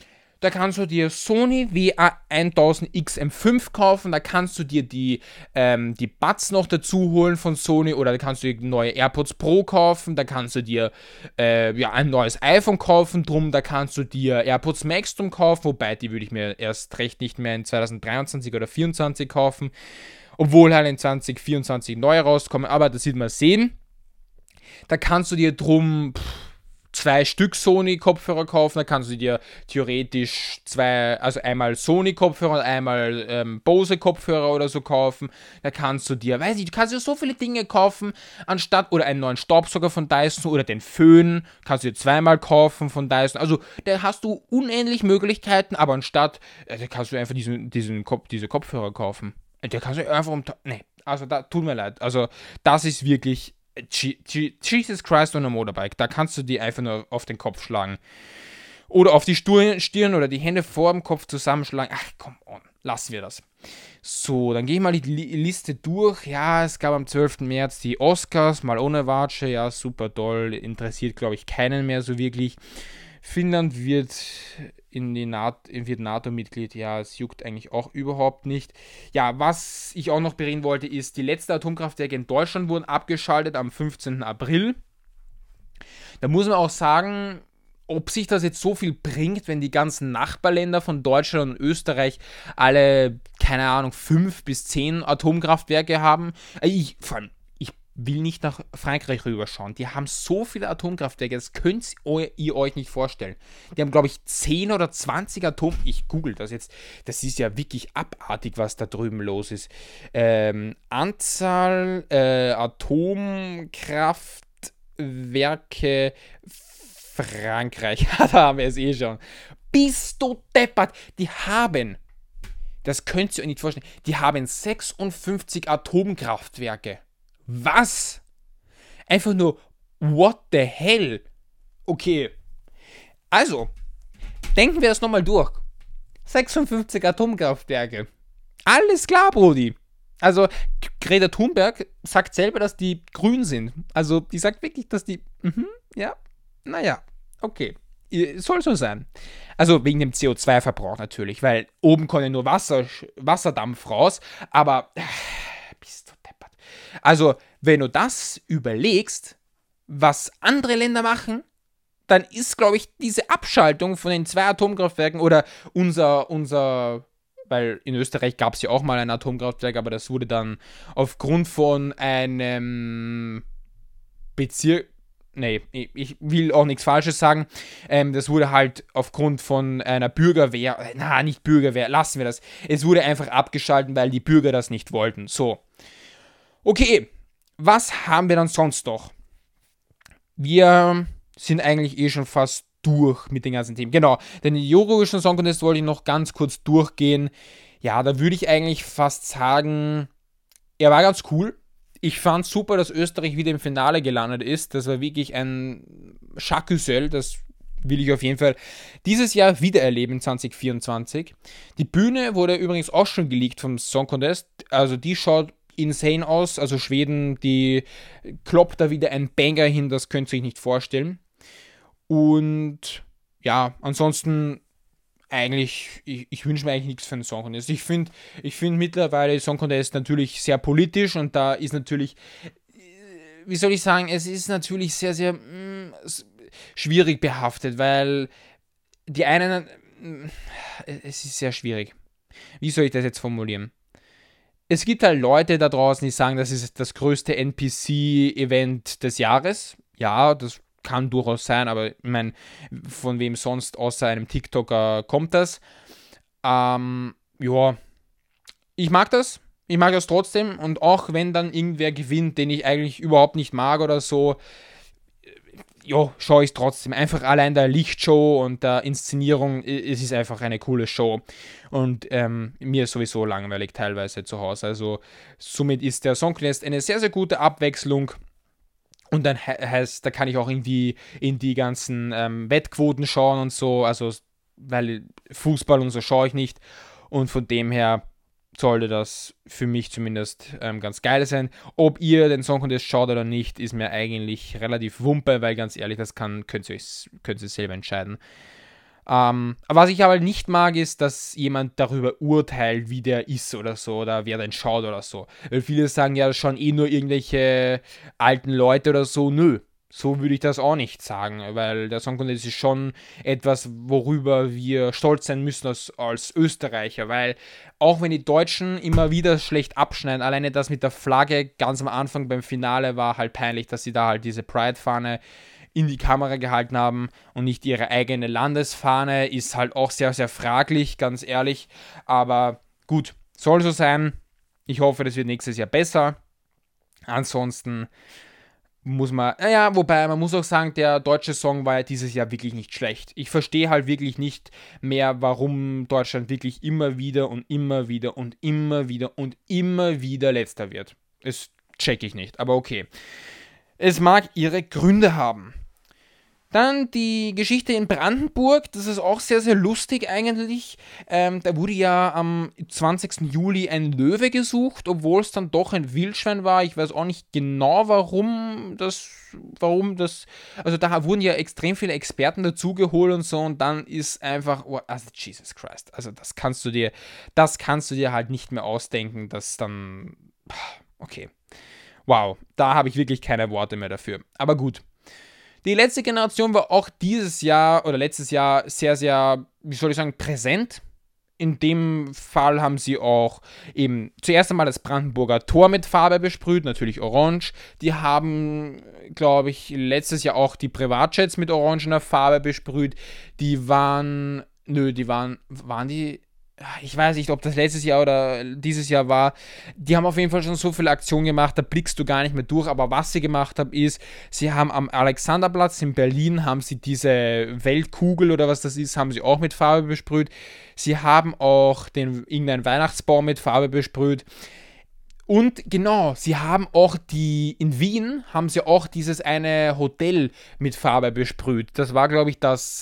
Speaker 1: Sony WA-1000XM5 kaufen, da kannst du dir die Buds noch dazu holen von Sony oder da kannst du dir neue AirPods Pro kaufen, da kannst du dir ein neues iPhone kaufen drum, da kannst du dir AirPods Max drum kaufen, wobei die würde ich mir erst recht nicht mehr in 2023 oder 2024 kaufen, obwohl halt in 2024 neue rauskommen, aber das wird man sehen. Da kannst du dir drum 2 Stück Sony-Kopfhörer kaufen, da kannst du dir theoretisch einmal Sony-Kopfhörer und einmal Bose-Kopfhörer oder so kaufen. Da kannst du dir, du kannst dir so viele Dinge kaufen, oder einen neuen Staubsauger von Dyson oder den Föhn, kannst du dir zweimal kaufen von Dyson. Also da hast du unendlich Möglichkeiten, aber da kannst du einfach diese Kopfhörer kaufen. Da kannst du einfach also da tut mir leid. Also das ist wirklich Jesus Christ on a Motorbike. Da kannst du die einfach nur auf den Kopf schlagen. Oder auf die Stirn oder die Hände vor dem Kopf zusammenschlagen. Ach, komm on, lassen wir das. So, dann gehe ich mal die Liste durch. Ja, es gab am 12. März die Oscars, mal ohne Watsche. Ja, super toll. Interessiert, glaube ich, keinen mehr so wirklich. Finnland wird NATO-Mitglied, ja, es juckt eigentlich auch überhaupt nicht. Ja, was ich auch noch bereden wollte, ist, die letzten Atomkraftwerke in Deutschland wurden abgeschaltet am 15. April. Da muss man auch sagen, ob sich das jetzt so viel bringt, wenn die ganzen Nachbarländer von Deutschland und Österreich alle, keine Ahnung, 5 bis 10 Atomkraftwerke haben. Vor allem, ich will nicht nach Frankreich rüberschauen. Die haben so viele Atomkraftwerke, das könnt ihr euch nicht vorstellen. Die haben, glaube ich, 10 oder 20 Ich google das jetzt. Das ist ja wirklich abartig, was da drüben los ist. Anzahl Atomkraftwerke Frankreich. Da haben wir es eh schon. Bist du deppert? Das könnt ihr euch nicht vorstellen, die haben 56 Atomkraftwerke. Was? Einfach nur, what the hell? Okay, also, denken wir das nochmal durch. 56 Atomkraftwerke. Alles klar, Brudi. Also, Greta Thunberg sagt selber, dass die grün sind. Also, die sagt wirklich, dass die, okay. Soll so sein. Also, wegen dem CO2-Verbrauch natürlich, weil oben kommt ja nur Wasserdampf raus, aber bist du deppert. Also, wenn du das überlegst, was andere Länder machen, dann ist, glaube ich, diese Abschaltung von den 2 Atomkraftwerken oder weil in Österreich gab es ja auch mal ein Atomkraftwerk, aber das wurde dann aufgrund von einem Bezirk, nee, ich will auch nichts Falsches sagen, das wurde halt aufgrund von einer Bürgerwehr, nicht Bürgerwehr, lassen wir das, es wurde einfach abgeschaltet, weil die Bürger das nicht wollten, so. Okay, was haben wir dann sonst noch? Wir sind eigentlich schon fast durch mit den ganzen Themen. Genau, den Eurovision Song Contest wollte ich noch ganz kurz durchgehen. Ja, da würde ich eigentlich fast sagen, er war ganz cool. Ich fand super, dass Österreich wieder im Finale gelandet ist. Das war wirklich ein Schackhüssel. Das will ich auf jeden Fall dieses Jahr wieder erleben, 2024. Die Bühne wurde übrigens auch schon geleakt vom Song Contest. Also die schaut insane aus. Also Schweden, die kloppt da wieder ein Banger hin. Das könnt ihr euch nicht vorstellen. Und ja, ansonsten eigentlich, ich wünsche mir eigentlich nichts für einen Song Contest. Ich finde mittlerweile Song Contest natürlich sehr politisch und da ist natürlich, wie soll ich sagen, es ist natürlich sehr, sehr schwierig behaftet, weil die einen, es ist sehr schwierig. Wie soll ich das jetzt formulieren? Es gibt halt Leute da draußen, die sagen, das ist das größte NPC-Event des Jahres. Ja, das kann durchaus sein, aber ich meine, von wem sonst außer einem TikToker kommt das? Ja, ich mag das. Ich mag das trotzdem. Und auch wenn dann irgendwer gewinnt, den ich eigentlich überhaupt nicht mag oder so, ja, schaue ich es trotzdem. Einfach allein der Lichtshow und der Inszenierung, es ist einfach eine coole Show. Und mir ist sowieso langweilig teilweise zu Hause. Also somit ist der Song Contest eine sehr, sehr gute Abwechslung. Und dann da kann ich auch irgendwie in die ganzen Wettquoten schauen und so, also weil Fußball und so schaue ich nicht. Und von dem her sollte das für mich zumindest ganz geil sein. Ob ihr den Song Contest schaut oder nicht, ist mir eigentlich relativ wumpe, weil ganz ehrlich, das könnt ihr selber entscheiden. Aber was ich aber nicht mag, ist, dass jemand darüber urteilt, wie der ist oder so, oder wer den schaut oder so. Weil viele sagen, ja, das schauen eh nur irgendwelche alten Leute oder so. Nö, so würde ich das auch nicht sagen, weil der Song Contest ist schon etwas, worüber wir stolz sein müssen als Österreicher, weil auch wenn die Deutschen immer wieder schlecht abschneiden, alleine das mit der Flagge ganz am Anfang beim Finale war halt peinlich, dass sie da halt diese Pride-Fahne in die Kamera gehalten haben und nicht ihre eigene Landesfahne, ist halt auch sehr, sehr fraglich, ganz ehrlich. Aber gut, soll so sein. Ich hoffe, das wird nächstes Jahr besser. Ansonsten muss man, wobei man muss auch sagen, der deutsche Song war ja dieses Jahr wirklich nicht schlecht. Ich verstehe halt wirklich nicht mehr, warum Deutschland wirklich immer wieder und immer wieder und immer wieder und immer wieder letzter wird. Das check ich nicht, aber okay. Es mag ihre Gründe haben. Dann die Geschichte in Brandenburg, das ist auch sehr, sehr lustig eigentlich. Da wurde ja am 20. Juli ein Löwe gesucht, obwohl es dann doch ein Wildschwein war. Ich weiß auch nicht genau, warum das, also da wurden ja extrem viele Experten dazugeholt und so und dann ist einfach, also Jesus Christ, also das kannst du dir halt nicht mehr ausdenken, dass dann, okay, wow, da habe ich wirklich keine Worte mehr dafür. Aber gut. Die letzte Generation war auch dieses Jahr oder letztes Jahr sehr, sehr, wie soll ich sagen, präsent. In dem Fall haben sie auch eben zuerst einmal das Brandenburger Tor mit Farbe besprüht, natürlich orange. Die haben, glaube ich, letztes Jahr auch die Privatjets mit orangener Farbe besprüht. Waren die, ich weiß nicht, ob das letztes Jahr oder dieses Jahr war. Die haben auf jeden Fall schon so viele Aktionen gemacht, da blickst du gar nicht mehr durch. Aber was sie gemacht haben, ist, sie haben am Alexanderplatz in Berlin, haben sie diese Weltkugel oder was das ist, haben sie auch mit Farbe besprüht. Sie haben auch irgendeinen Weihnachtsbaum mit Farbe besprüht. Und genau, sie haben auch in Wien haben sie auch dieses eine Hotel mit Farbe besprüht. Das war, glaube ich,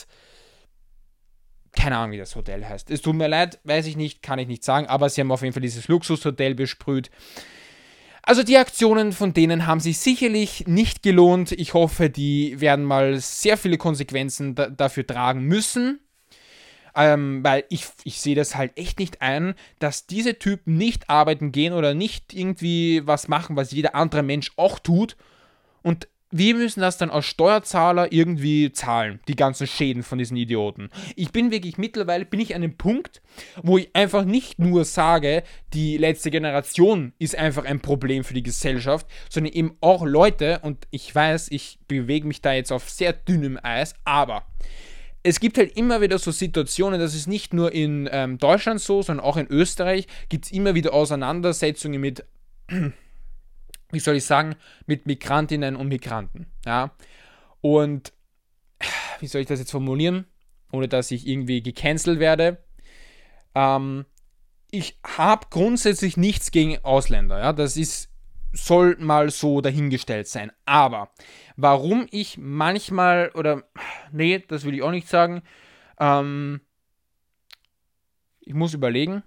Speaker 1: keine Ahnung, wie das Hotel heißt. Es tut mir leid, weiß ich nicht, kann ich nicht sagen, aber sie haben auf jeden Fall dieses Luxushotel besprüht. Also die Aktionen von denen haben sich sicherlich nicht gelohnt. Ich hoffe, die werden mal sehr viele Konsequenzen dafür tragen müssen. Weil ich sehe das halt echt nicht ein, dass diese Typen nicht arbeiten gehen oder nicht irgendwie was machen, was jeder andere Mensch auch tut. Und wir müssen das dann als Steuerzahler irgendwie zahlen, die ganzen Schäden von diesen Idioten. Mittlerweile bin ich an einem Punkt, wo ich einfach nicht nur sage, die letzte Generation ist einfach ein Problem für die Gesellschaft, sondern eben auch Leute, und ich weiß, ich bewege mich da jetzt auf sehr dünnem Eis, aber es gibt halt immer wieder so Situationen, das ist nicht nur in Deutschland so, sondern auch in Österreich gibt es immer wieder Auseinandersetzungen mit, wie soll ich sagen, mit Migrantinnen und Migranten. Ja? Und wie soll ich das jetzt formulieren, ohne dass ich irgendwie gecancelt werde? Ähm, Ich habe grundsätzlich nichts gegen Ausländer. Ja? Soll mal so dahingestellt sein. Aber warum ich manchmal, oder nee, das will ich auch nicht sagen, ähm, ich muss überlegen.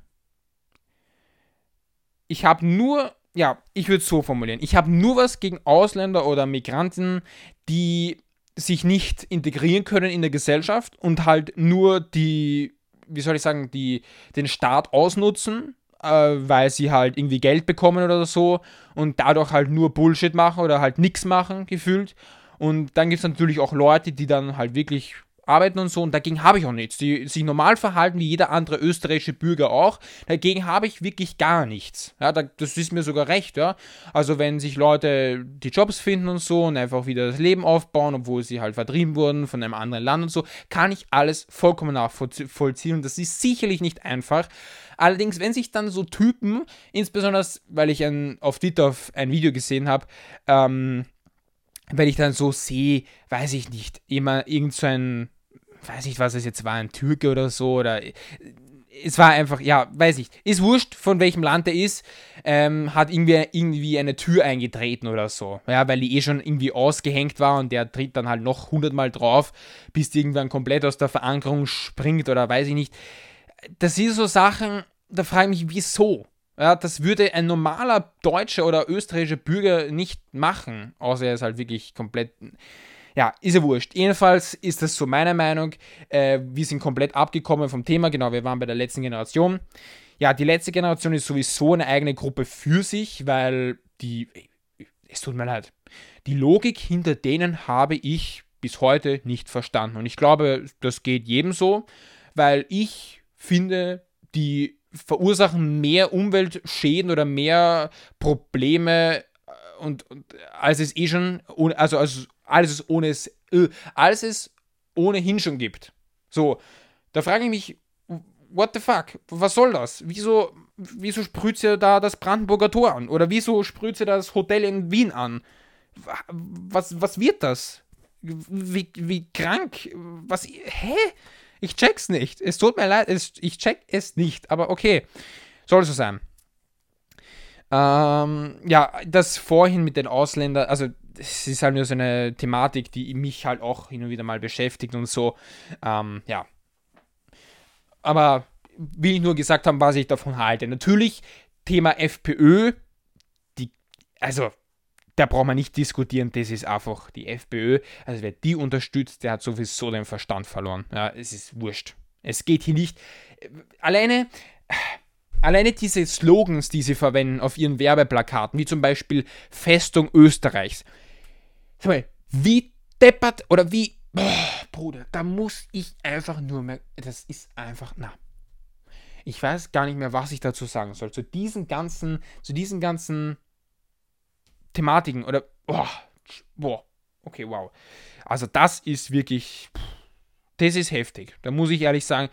Speaker 1: Ich würde es so formulieren. Ich habe nur was gegen Ausländer oder Migranten, die sich nicht integrieren können in der Gesellschaft und halt nur wie soll ich sagen, den Staat ausnutzen, weil sie halt irgendwie Geld bekommen oder so und dadurch halt nur Bullshit machen oder halt nichts machen, gefühlt. Und dann gibt es natürlich auch Leute, die dann halt wirklich arbeiten und so, und dagegen habe ich auch nichts. Die sich normal verhalten wie jeder andere österreichische Bürger auch. Dagegen habe ich wirklich gar nichts. Ja, das ist mir sogar recht, ja. Also wenn sich Leute die Jobs finden und so und einfach wieder das Leben aufbauen, obwohl sie halt vertrieben wurden von einem anderen Land und so, kann ich alles vollkommen nachvollziehen, und das ist sicherlich nicht einfach. Allerdings, wenn sich dann so Typen, insbesondere weil ich auf Twitter ein Video gesehen habe, wenn ich dann so sehe, weiß ich nicht, immer irgend so ein, weiß nicht, was es jetzt war, ein Türke oder so, oder es war einfach, ja, weiß ich, ist wurscht, von welchem Land er ist, hat irgendwie eine Tür eingetreten oder so, ja, weil die schon irgendwie ausgehängt war, und der tritt dann halt noch 100-mal drauf, bis die irgendwann komplett aus der Verankerung springt oder weiß ich nicht. Das sind so Sachen, da frage ich mich, wieso? Ja, das würde ein normaler deutscher oder österreichischer Bürger nicht machen, außer er ist halt wirklich komplett. Ja, ist ja wurscht. Jedenfalls ist das so meine Meinung. Wir sind komplett abgekommen vom Thema. Genau, wir waren bei der letzten Generation. Ja, die letzte Generation ist sowieso eine eigene Gruppe für sich, weil es tut mir leid, die Logik hinter denen habe ich bis heute nicht verstanden. Und ich glaube, das geht jedem so, weil ich finde, die verursachen mehr Umweltschäden oder mehr Probleme und als es eh schon, als es ohnehin schon gibt. So, da frage ich mich, what the fuck? Was soll das? Wieso sprüht sie da das Brandenburger Tor an? Oder wieso sprüht sie das Hotel in Wien an? Was wird das? Wie krank? Hä? Ich check's nicht. Es tut mir leid, ich check es nicht. Aber okay, soll so sein. Ja, das vorhin mit den Ausländern, also es ist halt nur so eine Thematik, die mich halt auch hin und wieder mal beschäftigt und so. Ja. Aber will ich nur gesagt haben, was ich davon halte. Natürlich, Thema FPÖ, also da braucht man nicht diskutieren, das ist einfach die FPÖ. Also wer die unterstützt, der hat sowieso den Verstand verloren. Ja, es ist wurscht. Es geht hier nicht. Alleine diese Slogans, die sie verwenden auf ihren Werbeplakaten, wie zum Beispiel Festung Österreichs. Sag mal, wie deppert oder wie. Bruder, da muss ich einfach nur mehr. Das ist einfach. Na. Ich weiß gar nicht mehr, was ich dazu sagen soll. Zu diesen ganzen Thematiken oder. Okay, wow. Also, das ist wirklich. Das ist heftig. Da muss ich ehrlich sagen,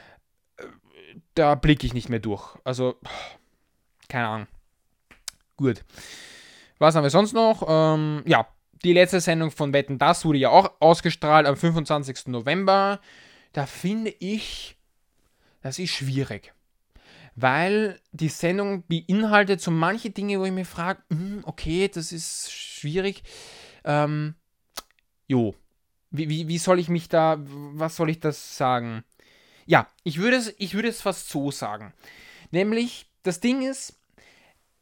Speaker 1: da blicke ich nicht mehr durch. Also, keine Ahnung. Gut. Was haben wir sonst noch? Ja, die letzte Sendung von Wetten, das wurde ja auch ausgestrahlt am 25. November. Da finde ich, das ist schwierig. Weil die Sendung beinhaltet so manche Dinge, wo ich mir frage, okay, das ist schwierig. Wie soll ich mich da, was soll ich das sagen? Ja, ich würde es fast so sagen. Nämlich, das Ding ist,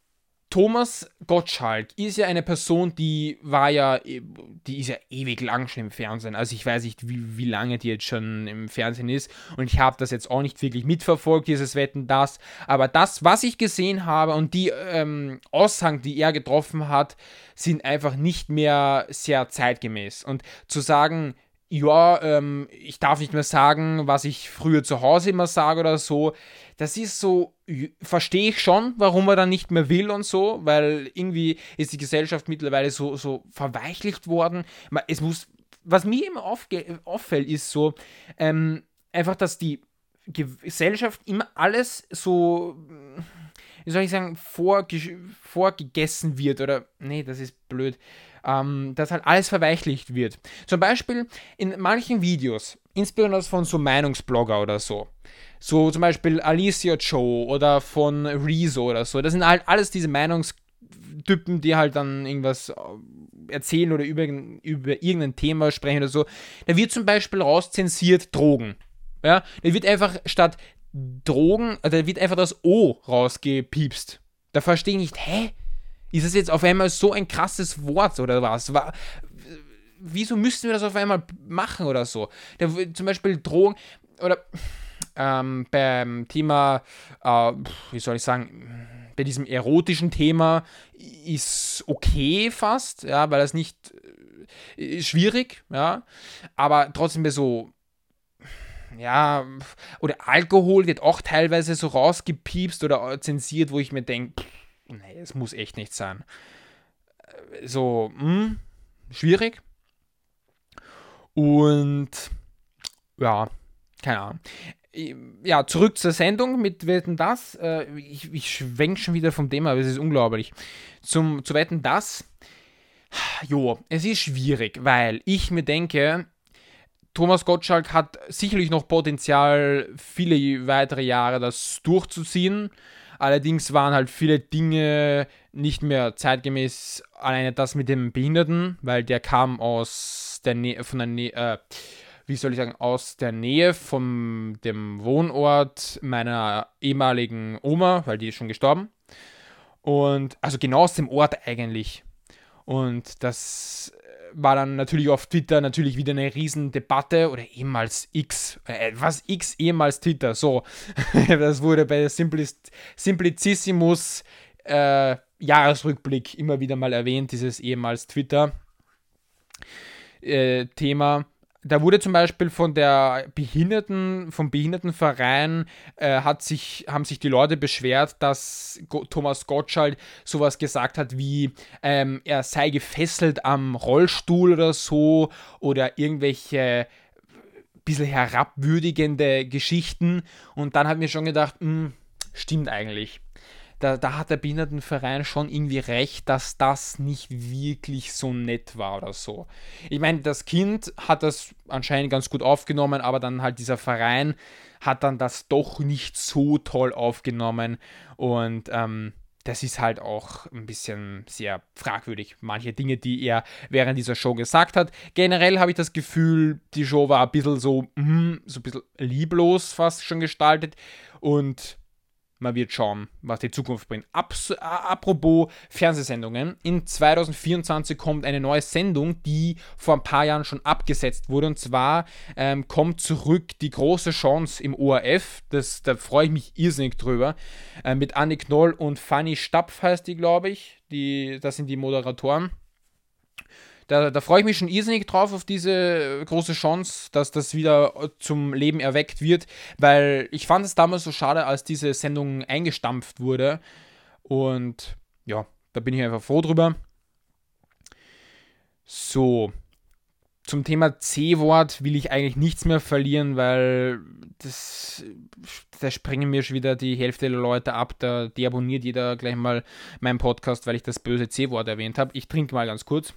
Speaker 1: Thomas Gottschalk ist ja eine Person, die ist ja ewig lang schon im Fernsehen. Also ich weiß nicht, wie lange die jetzt schon im Fernsehen ist. Und ich habe das jetzt auch nicht wirklich mitverfolgt, dieses Wetten, das. Aber das, was ich gesehen habe und die Aussagen, die er getroffen hat, sind einfach nicht mehr sehr zeitgemäß. Und zu sagen, ja, ich darf nicht mehr sagen, was ich früher zu Hause immer sage oder so. Das ist so, verstehe ich schon, warum er dann nicht mehr will und so, weil irgendwie ist die Gesellschaft mittlerweile so verweichlicht worden. Es muss, was mir immer auffällt, ist so, einfach, dass die Gesellschaft immer alles so, wie soll ich sagen, vorgegessen wird oder, nee, das ist blöd, dass halt alles verweichlicht wird. Zum Beispiel in manchen Videos, insbesondere von so Meinungsblogger oder so zum Beispiel Alicia Joe oder von Rezo oder so, das sind halt alles diese Meinungstypen, die halt dann irgendwas erzählen oder über irgendein Thema sprechen oder so. Da wird zum Beispiel rauszensiert Drogen. Ja, da wird einfach statt Drogen, da wird einfach das O rausgepiepst. Da verstehe ich nicht, hä? Ist das jetzt auf einmal so ein krasses Wort oder was? Wieso müssten wir das auf einmal machen oder so? Zum Beispiel Drogen oder beim Thema, wie soll ich sagen, bei diesem erotischen Thema ist okay fast, ja, weil das nicht ist schwierig, ja, aber trotzdem bei so, ja, oder Alkohol wird auch teilweise so rausgepiepst oder zensiert, wo ich mir denke, nee, es muss echt nicht sein. So, schwierig. Und ja, keine Ahnung. Ja, zurück zur Sendung mit Wetten, das. Ich schwenke schon wieder vom Thema, aber es ist unglaublich. Zu Wetten, das. Jo, es ist schwierig, weil ich mir denke, Thomas Gottschalk hat sicherlich noch Potenzial, viele weitere Jahre das durchzuziehen. Allerdings waren halt viele Dinge nicht mehr zeitgemäß. Alleine das mit dem Behinderten, weil der kam aus der Nähe, wie soll ich sagen, aus der Nähe von dem Wohnort meiner ehemaligen Oma, weil die ist schon gestorben. Und also genau aus dem Ort eigentlich. Und das war dann natürlich auf Twitter natürlich wieder eine Riesendebatte oder ehemals ehemals Twitter, so. Das wurde bei Simplicissimus Jahresrückblick immer wieder mal erwähnt, dieses ehemals Twitter Thema. Da wurde zum Beispiel vom Behindertenverein haben sich die Leute beschwert, dass Thomas Gottschalk sowas gesagt hat wie, er sei gefesselt am Rollstuhl oder so oder irgendwelche bisschen herabwürdigende Geschichten. Und dann habe ich mir schon gedacht, stimmt eigentlich. Da hat der Behindertenverein schon irgendwie recht, dass das nicht wirklich so nett war oder so. Ich meine, das Kind hat das anscheinend ganz gut aufgenommen, aber dann halt dieser Verein hat dann das doch nicht so toll aufgenommen und das ist halt auch ein bisschen sehr fragwürdig. Manche Dinge, die er während dieser Show gesagt hat. Generell habe ich das Gefühl, die Show war ein bisschen so ein bisschen lieblos fast schon gestaltet und man wird schauen, was die Zukunft bringt. Apropos Fernsehsendungen. In 2024 kommt eine neue Sendung, die vor ein paar Jahren schon abgesetzt wurde. Und zwar kommt zurück die große Chance im ORF. Da freue ich mich irrsinnig drüber. Mit Anne Knoll und Fanny Stapf heißt die, glaube ich. Das sind die Moderatoren. Da freue ich mich schon irrsinnig drauf auf diese große Chance, dass das wieder zum Leben erweckt wird, weil ich fand es damals so schade, als diese Sendung eingestampft wurde und ja, da bin ich einfach froh drüber. So, zum Thema C-Wort will ich eigentlich nichts mehr verlieren, weil da springen mir schon wieder die Hälfte der Leute ab, da deabonniert jeder gleich mal meinen Podcast, weil ich das böse C-Wort erwähnt habe. Ich trinke mal ganz kurz.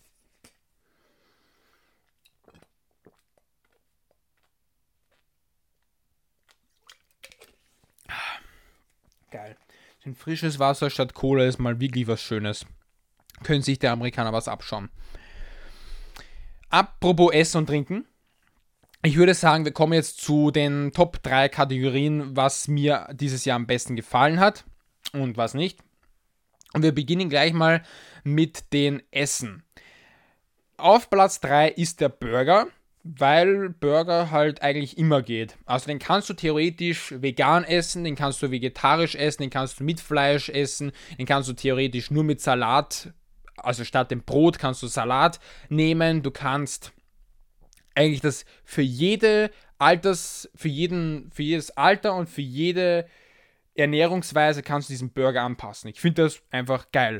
Speaker 1: Geil. Ein frisches Wasser statt Cola ist mal wirklich was Schönes. Können sich der Amerikaner was abschauen. Apropos Essen und Trinken. Ich würde sagen, wir kommen jetzt zu den Top 3 Kategorien, was mir dieses Jahr am besten gefallen hat und was nicht. Und wir beginnen gleich mal mit den Essen. Auf Platz 3 ist der Burger, weil Burger halt eigentlich immer geht. Also den kannst du theoretisch vegan essen, den kannst du vegetarisch essen, den kannst du mit Fleisch essen, den kannst du theoretisch nur mit Salat, also statt dem Brot kannst du Salat nehmen. Du kannst eigentlich das für jedes Alter und für jede Ernährungsweise kannst du diesen Burger anpassen. Ich finde das einfach geil.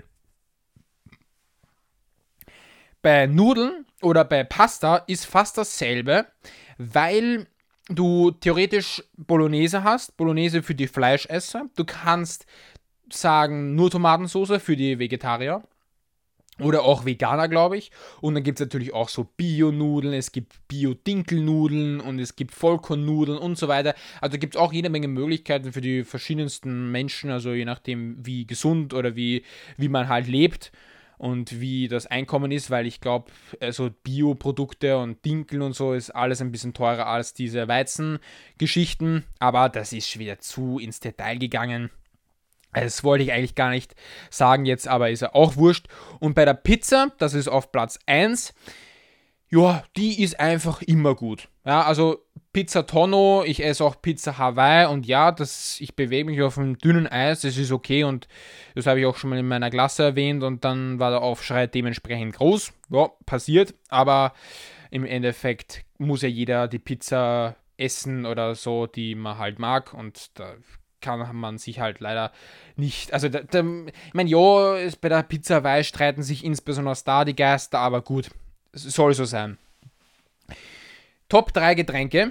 Speaker 1: Bei Nudeln oder bei Pasta ist fast dasselbe, weil du theoretisch Bolognese hast, Bolognese für die Fleischesser. Du kannst sagen nur Tomatensauce für die Vegetarier oder auch Veganer, glaube ich. Und dann gibt es natürlich auch so Bio-Nudeln, es gibt Bio-Dinkelnudeln und es gibt Vollkornnudeln und so weiter. Also gibt es auch jede Menge Möglichkeiten für die verschiedensten Menschen, also je nachdem wie gesund oder wie man halt lebt und wie das Einkommen ist, weil ich glaube, also Bioprodukte und Dinkel und so ist alles ein bisschen teurer als diese Weizengeschichten, aber das ist schon wieder zu ins Detail gegangen. Das wollte ich eigentlich gar nicht sagen jetzt, aber ist ja auch wurscht. Und bei der Pizza, das ist auf Platz 1, ja, die ist einfach immer gut. Ja, also Pizza Tonno, ich esse auch Pizza Hawaii und ja, ich bewege mich auf einem dünnen Eis, das ist okay und das habe ich auch schon mal in meiner Klasse erwähnt und dann war der Aufschrei dementsprechend groß. Ja, passiert, aber im Endeffekt muss ja jeder die Pizza essen oder so, die man halt mag und da kann man sich halt leider nicht, also ich meine, ja, bei der Pizza Hawaii streiten sich insbesondere da die Geister, aber gut, es soll so sein. Top 3 Getränke.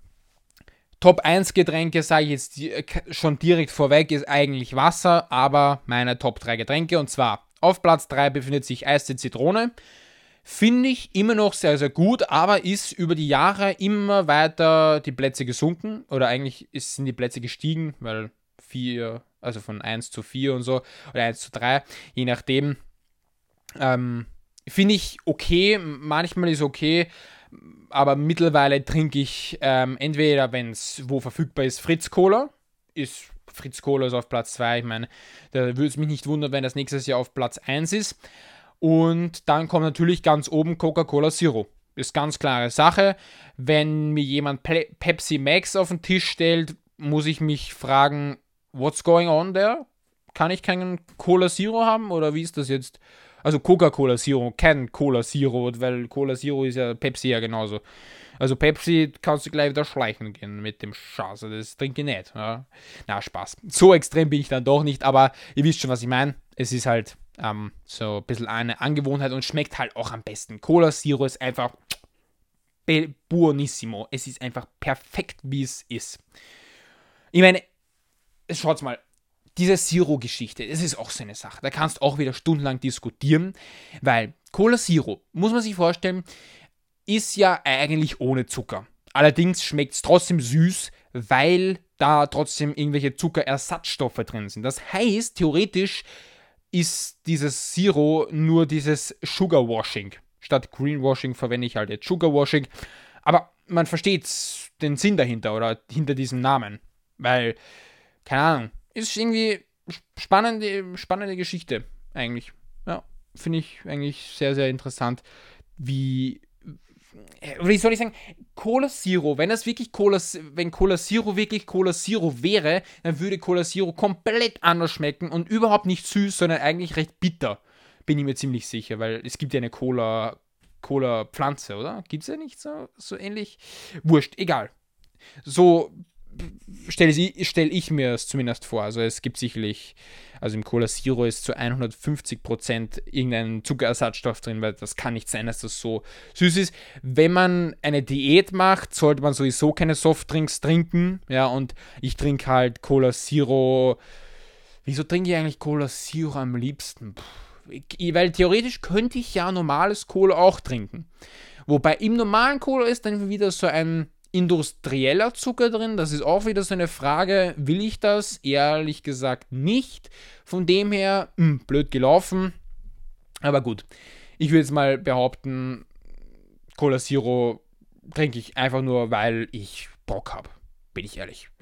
Speaker 1: Top 1 Getränke, sage ich jetzt schon direkt vorweg, ist eigentlich Wasser, aber meine Top 3 Getränke. Und zwar auf Platz 3 befindet sich Eistee Zitrone. Finde ich immer noch sehr, sehr gut, aber ist über die Jahre immer weiter die Plätze gesunken. Oder eigentlich sind die Plätze gestiegen, weil 4, also von 1 zu 4 und so, oder 1 zu 3, je nachdem. Finde ich okay, manchmal ist okay, aber mittlerweile trinke ich entweder, wenn es wo verfügbar ist, Fritz Cola. Fritz Cola ist auf Platz 2. Ich meine, da würde es mich nicht wundern, wenn das nächstes Jahr auf Platz 1 ist. Und dann kommt natürlich ganz oben Coca-Cola Zero. Ist ganz klare Sache. Wenn mir jemand Pepsi Max auf den Tisch stellt, muss ich mich fragen, what's going on there? Kann ich keinen Cola Zero haben oder wie ist das jetzt? Also Coca-Cola Zero, kein Cola Zero, weil Cola Zero ist ja Pepsi ja genauso. Also Pepsi kannst du gleich wieder schleichen gehen mit dem Scheiß. Das trinke ich nicht. Ja. Na, Spaß. So extrem bin ich dann doch nicht, aber ihr wisst schon, was ich meine. Es ist halt so ein bisschen eine Angewohnheit und schmeckt halt auch am besten. Cola Zero ist einfach buonissimo. Es ist einfach perfekt, wie es ist. Ich meine, schaut's mal. Diese Zero-Geschichte, das ist auch so eine Sache. Da kannst du auch wieder stundenlang diskutieren, weil Cola Zero, muss man sich vorstellen, ist ja eigentlich ohne Zucker. Allerdings schmeckt es trotzdem süß, weil da trotzdem irgendwelche Zuckerersatzstoffe drin sind. Das heißt, theoretisch ist dieses Zero nur dieses Sugar Washing. Statt Greenwashing verwende ich halt jetzt Sugar Washing. Aber man versteht den Sinn dahinter oder hinter diesem Namen. Weil, keine Ahnung, ist irgendwie spannende Geschichte eigentlich. Ja, finde ich eigentlich sehr, sehr interessant, wie soll ich sagen, Cola Zero, wenn Cola Zero wirklich Cola Zero wäre, dann würde Cola Zero komplett anders schmecken und überhaupt nicht süß, sondern eigentlich recht bitter. Bin ich mir ziemlich sicher, weil es gibt ja eine Cola-Pflanze, oder? Gibt es ja nicht so ähnlich? Wurscht, egal. So stelle ich mir es zumindest vor. Also es gibt sicherlich, also im Cola Zero ist zu 150% irgendein Zuckerersatzstoff drin, weil das kann nicht sein, dass das so süß ist. Wenn man eine Diät macht, sollte man sowieso keine Softdrinks trinken. Ja, und ich trinke halt Cola Zero. Wieso trinke ich eigentlich Cola Zero am liebsten? Weil theoretisch könnte ich ja normales Cola auch trinken. Wobei im normalen Cola ist dann wieder so ein industrieller Zucker drin. Das ist auch wieder so eine Frage, will ich das? Ehrlich gesagt nicht. Von dem her, blöd gelaufen. Aber gut, ich würde jetzt mal behaupten, Cola Zero trinke ich einfach nur, weil ich Bock habe. Bin ich ehrlich. Ja,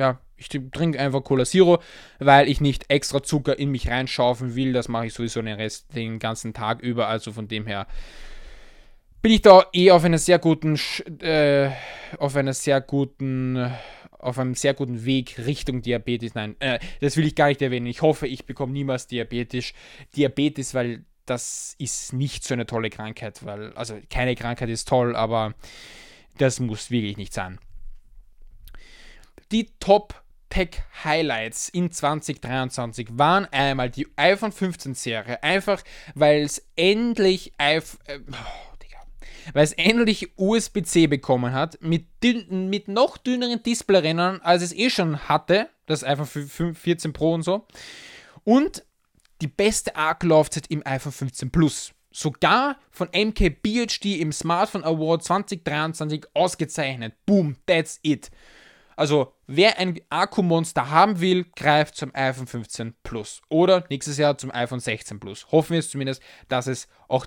Speaker 1: Ich trinke einfach Cola Zero, weil ich nicht extra Zucker in mich reinschaufeln will. Das mache ich sowieso den ganzen Tag über. Also von dem her bin ich da auf einer sehr guten, auf einem sehr guten Weg Richtung Diabetes. Nein, das will ich gar nicht erwähnen. Ich hoffe, ich bekomme niemals Diabetes, weil das ist nicht so eine tolle Krankheit, also keine Krankheit ist toll, aber das muss wirklich nicht sein. Die Top-Tech-Highlights in 2023 waren einmal die iPhone 15 Serie, einfach weil es endlich USB-C bekommen hat, mit noch dünneren Displayrändern, als es schon hatte, das iPhone 14 Pro und so. Und die beste Akkulaufzeit im iPhone 15 Plus. Sogar von MKBHD im Smartphone Award 2023 ausgezeichnet. Boom, that's it. Also, wer ein Akkumonster haben will, greift zum iPhone 15 Plus. Oder nächstes Jahr zum iPhone 16 Plus. Hoffen wir es zumindest, dass es auch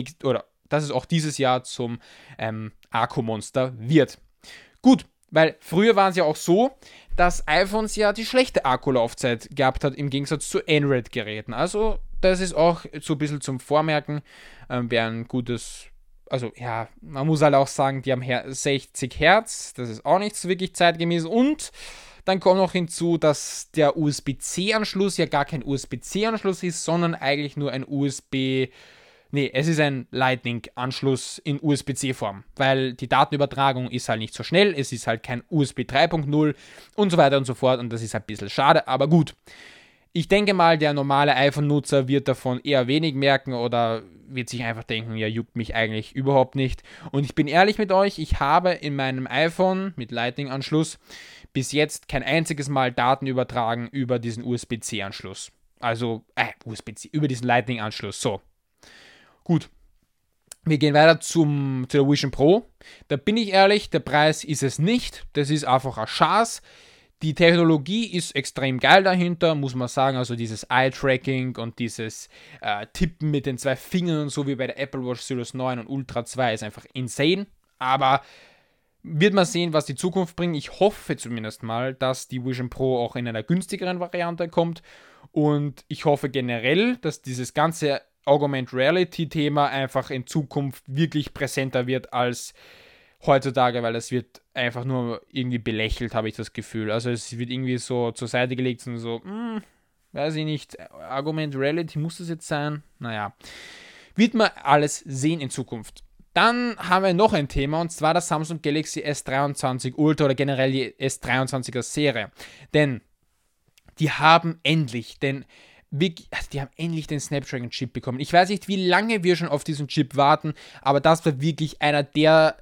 Speaker 1: dieses Jahr zum Akkumonster wird. Gut, weil früher war es ja auch so, dass iPhones ja die schlechte Akkulaufzeit gehabt hat im Gegensatz zu Android-Geräten. Also das ist auch so ein bisschen zum Vormerken. Wäre ein gutes, also ja, man muss halt auch sagen, die haben 60 Hertz, das ist auch nicht so wirklich zeitgemäß. Und dann kommt noch hinzu, dass der USB-C-Anschluss ja gar kein USB-C-Anschluss ist, sondern eigentlich nur ein es ist ein Lightning-Anschluss in USB-C-Form, weil die Datenübertragung ist halt nicht so schnell, es ist halt kein USB 3.0 und so weiter und so fort und das ist halt ein bisschen schade, aber gut. Ich denke mal, der normale iPhone-Nutzer wird davon eher wenig merken oder wird sich einfach denken, ja, juckt mich eigentlich überhaupt nicht. Und ich bin ehrlich mit euch, ich habe in meinem iPhone mit Lightning-Anschluss bis jetzt kein einziges Mal Daten übertragen über diesen USB-C-Anschluss. Also, USB-C, über diesen Lightning-Anschluss, so. Gut, wir gehen weiter zu der Vision Pro. Da bin ich ehrlich, der Preis ist es nicht. Das ist einfach ein Schatz. Die Technologie ist extrem geil dahinter, muss man sagen. Also dieses Eye-Tracking und dieses Tippen mit den 2 Fingern und so wie bei der Apple Watch Series 9 und Ultra 2 ist einfach insane. Aber wird man sehen, was die Zukunft bringt. Ich hoffe zumindest mal, dass die Vision Pro auch in einer günstigeren Variante kommt. Und ich hoffe generell, dass dieses ganze Augmented Reality Thema einfach in Zukunft wirklich präsenter wird als heutzutage, weil es wird einfach nur irgendwie belächelt, habe ich das Gefühl. Also es wird irgendwie so zur Seite gelegt und so, weiß ich nicht, Augmented Reality muss das jetzt sein? Naja, wird man alles sehen in Zukunft. Dann haben wir noch ein Thema und zwar das Samsung Galaxy S23 Ultra oder generell die S23er Serie. Denn die haben endlich den Snapdragon-Chip bekommen. Ich weiß nicht, wie lange wir schon auf diesen Chip warten, aber das war wirklich einer der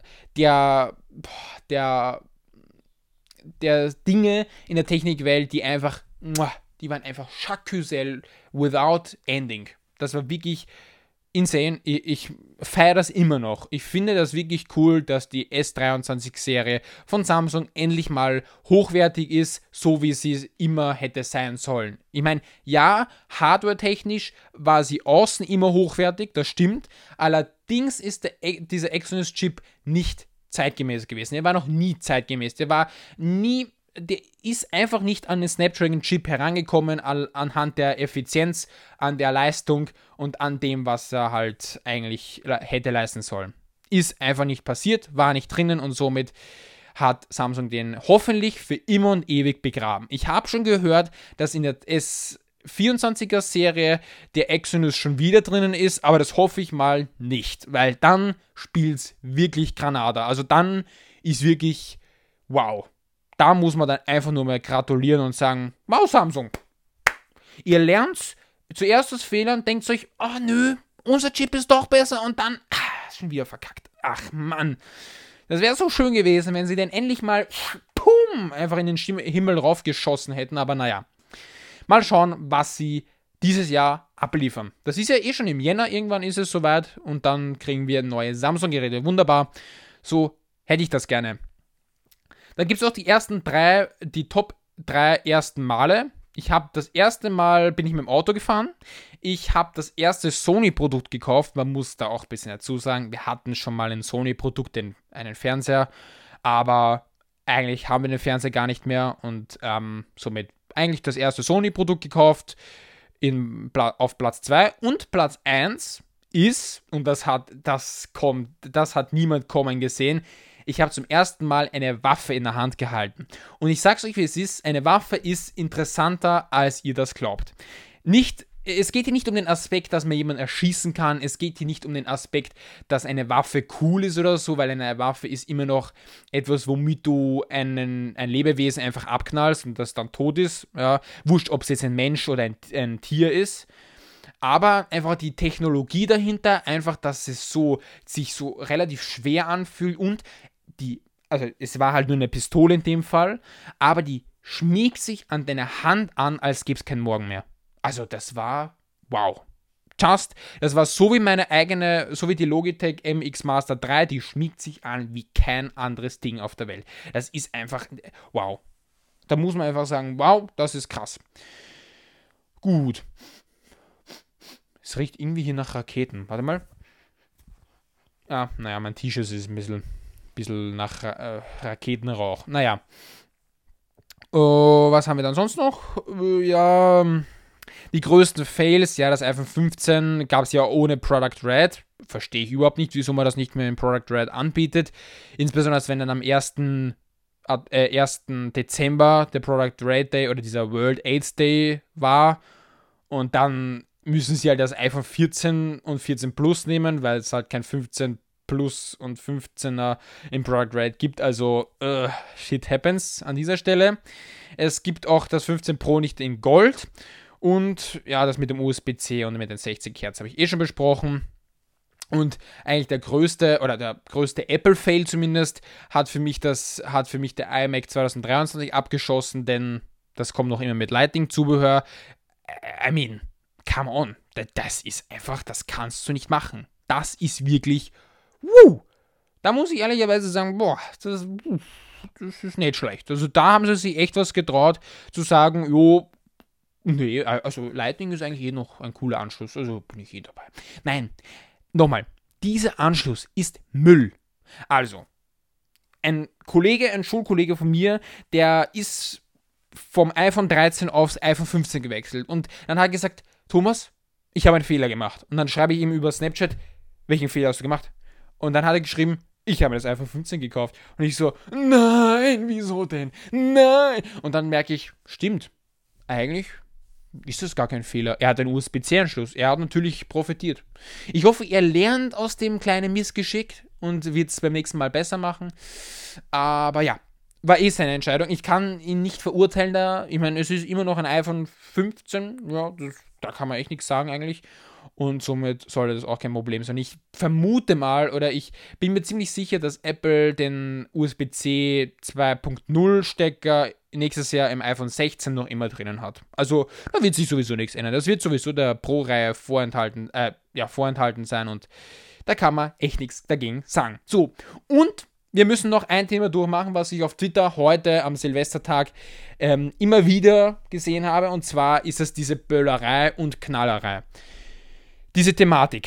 Speaker 1: Dinge in der Technikwelt, die waren einfach Jacques without ending. Das war wirklich insane. Ich feiere das immer noch. Ich finde das wirklich cool, dass die S23-Serie von Samsung endlich mal hochwertig ist, so wie sie immer hätte sein sollen. Ich meine, ja, hardware-technisch war sie außen immer hochwertig, das stimmt. Allerdings ist dieser Exynos-Chip nicht zeitgemäß gewesen. Er war noch nie zeitgemäß. Der ist einfach nicht an den Snapdragon-Chip herangekommen, anhand der Effizienz, an der Leistung und an dem, was er halt eigentlich hätte leisten sollen. Ist einfach nicht passiert, war nicht drinnen und somit hat Samsung den hoffentlich für immer und ewig begraben. Ich habe schon gehört, dass in der S24er Serie der Exynos schon wieder drinnen ist, aber das hoffe ich mal nicht, weil dann spielt es wirklich Granada. Also dann ist wirklich wow. Da muss man dann einfach nur mal gratulieren und sagen, wow Samsung, ihr lernt zuerst aus Fehlern, denkt euch, nö, unser Chip ist doch besser und dann, schon wieder verkackt. Ach Mann, das wäre so schön gewesen, wenn sie den endlich mal, einfach in den Himmel raufgeschossen hätten, aber naja. Mal schauen, was sie dieses Jahr abliefern. Das ist ja schon im Jänner, irgendwann ist es soweit und dann kriegen wir neue Samsung-Geräte. Wunderbar, so hätte ich das gerne. Dann gibt es auch die Top 3 ersten Male. Das erste Mal bin ich mit dem Auto gefahren. Ich habe das erste Sony-Produkt gekauft. Man muss da auch ein bisschen dazu sagen, wir hatten schon mal ein Sony-Produkt, einen Fernseher. Aber eigentlich haben wir den Fernseher gar nicht mehr und somit eigentlich das erste Sony-Produkt gekauft auf Platz 2 und Platz 1 ist, und das hat niemand kommen gesehen, ich habe zum ersten Mal eine Waffe in der Hand gehalten. Und ich sag's euch, wie es ist, eine Waffe ist interessanter, als ihr das glaubt. Es geht hier nicht um den Aspekt, dass man jemanden erschießen kann. Es geht hier nicht um den Aspekt, dass eine Waffe cool ist oder so, weil eine Waffe ist immer noch etwas, womit du ein Lebewesen einfach abknallst und das dann tot ist. Ja, wurscht, ob es jetzt ein Mensch oder ein Tier ist. Aber einfach die Technologie dahinter, einfach, dass es sich so relativ schwer anfühlt und also es war halt nur eine Pistole in dem Fall, aber die schmiegt sich an deine Hand an, als gäbe es keinen Morgen mehr. Also das war, wow. Das war so wie die Logitech MX Master 3, die schmiegt sich an wie kein anderes Ding auf der Welt. Das ist einfach, wow. Da muss man einfach sagen, wow, das ist krass. Gut. Es riecht irgendwie hier nach Raketen. Warte mal. Naja, mein T-Shirt ist ein bisschen nach Raketenrauch. Naja. Was haben wir dann sonst noch? Die größten Fails, ja, das iPhone 15 gab es ja ohne Product Red. Verstehe ich überhaupt nicht, wieso man das nicht mehr in Product Red anbietet. Insbesondere, wenn dann am 1. Dezember der Product Red Day oder dieser World AIDS Day war. Und dann müssen sie halt das iPhone 14 und 14 Plus nehmen, weil es halt kein 15 Plus und 15er im Product Red gibt. Also, shit happens an dieser Stelle. Es gibt auch das 15 Pro nicht in Gold. Und ja, das mit dem USB-C und mit den 60 Hertz habe ich schon besprochen. Und eigentlich der größte Apple-Fail zumindest hat für mich der iMac 2023 abgeschossen, denn das kommt noch immer mit Lightning-Zubehör. I mean, come on. Das ist einfach, das kannst du nicht machen. Das ist wirklich, da muss ich ehrlicherweise sagen, das ist nicht schlecht. Also da haben sie sich echt was getraut, zu sagen, nee, also Lightning ist eigentlich noch ein cooler Anschluss, also bin ich dabei. Nein, nochmal, dieser Anschluss ist Müll. Also, ein Schulkollege von mir, der ist vom iPhone 13 aufs iPhone 15 gewechselt und dann hat er gesagt, Thomas, ich habe einen Fehler gemacht. Und dann schreibe ich ihm über Snapchat, welchen Fehler hast du gemacht? Und dann hat er geschrieben, ich habe das iPhone 15 gekauft. Und ich so, nein, wieso denn? Nein! Und dann merke ich, stimmt, eigentlich ist das gar kein Fehler. Er hat einen USB-C-Anschluss. Er hat natürlich profitiert. Ich hoffe, er lernt aus dem kleinen Missgeschick und wird es beim nächsten Mal besser machen. Aber ja, war seine Entscheidung. Ich kann ihn nicht verurteilen da. Ich meine, es ist immer noch ein iPhone 15. Ja, da kann man echt nichts sagen eigentlich. Und somit sollte das auch kein Problem sein. Ich vermute mal, oder ich bin mir ziemlich sicher, dass Apple den USB-C 2.0 Stecker nächstes Jahr im iPhone 16 noch immer drinnen hat. Also da wird sich sowieso nichts ändern. Das wird sowieso der Pro-Reihe vorenthalten sein und da kann man echt nichts dagegen sagen. So, und wir müssen noch ein Thema durchmachen, was ich auf Twitter heute am Silvestertag immer wieder gesehen habe, und zwar ist es diese Böllerei und Knallerei. Diese Thematik.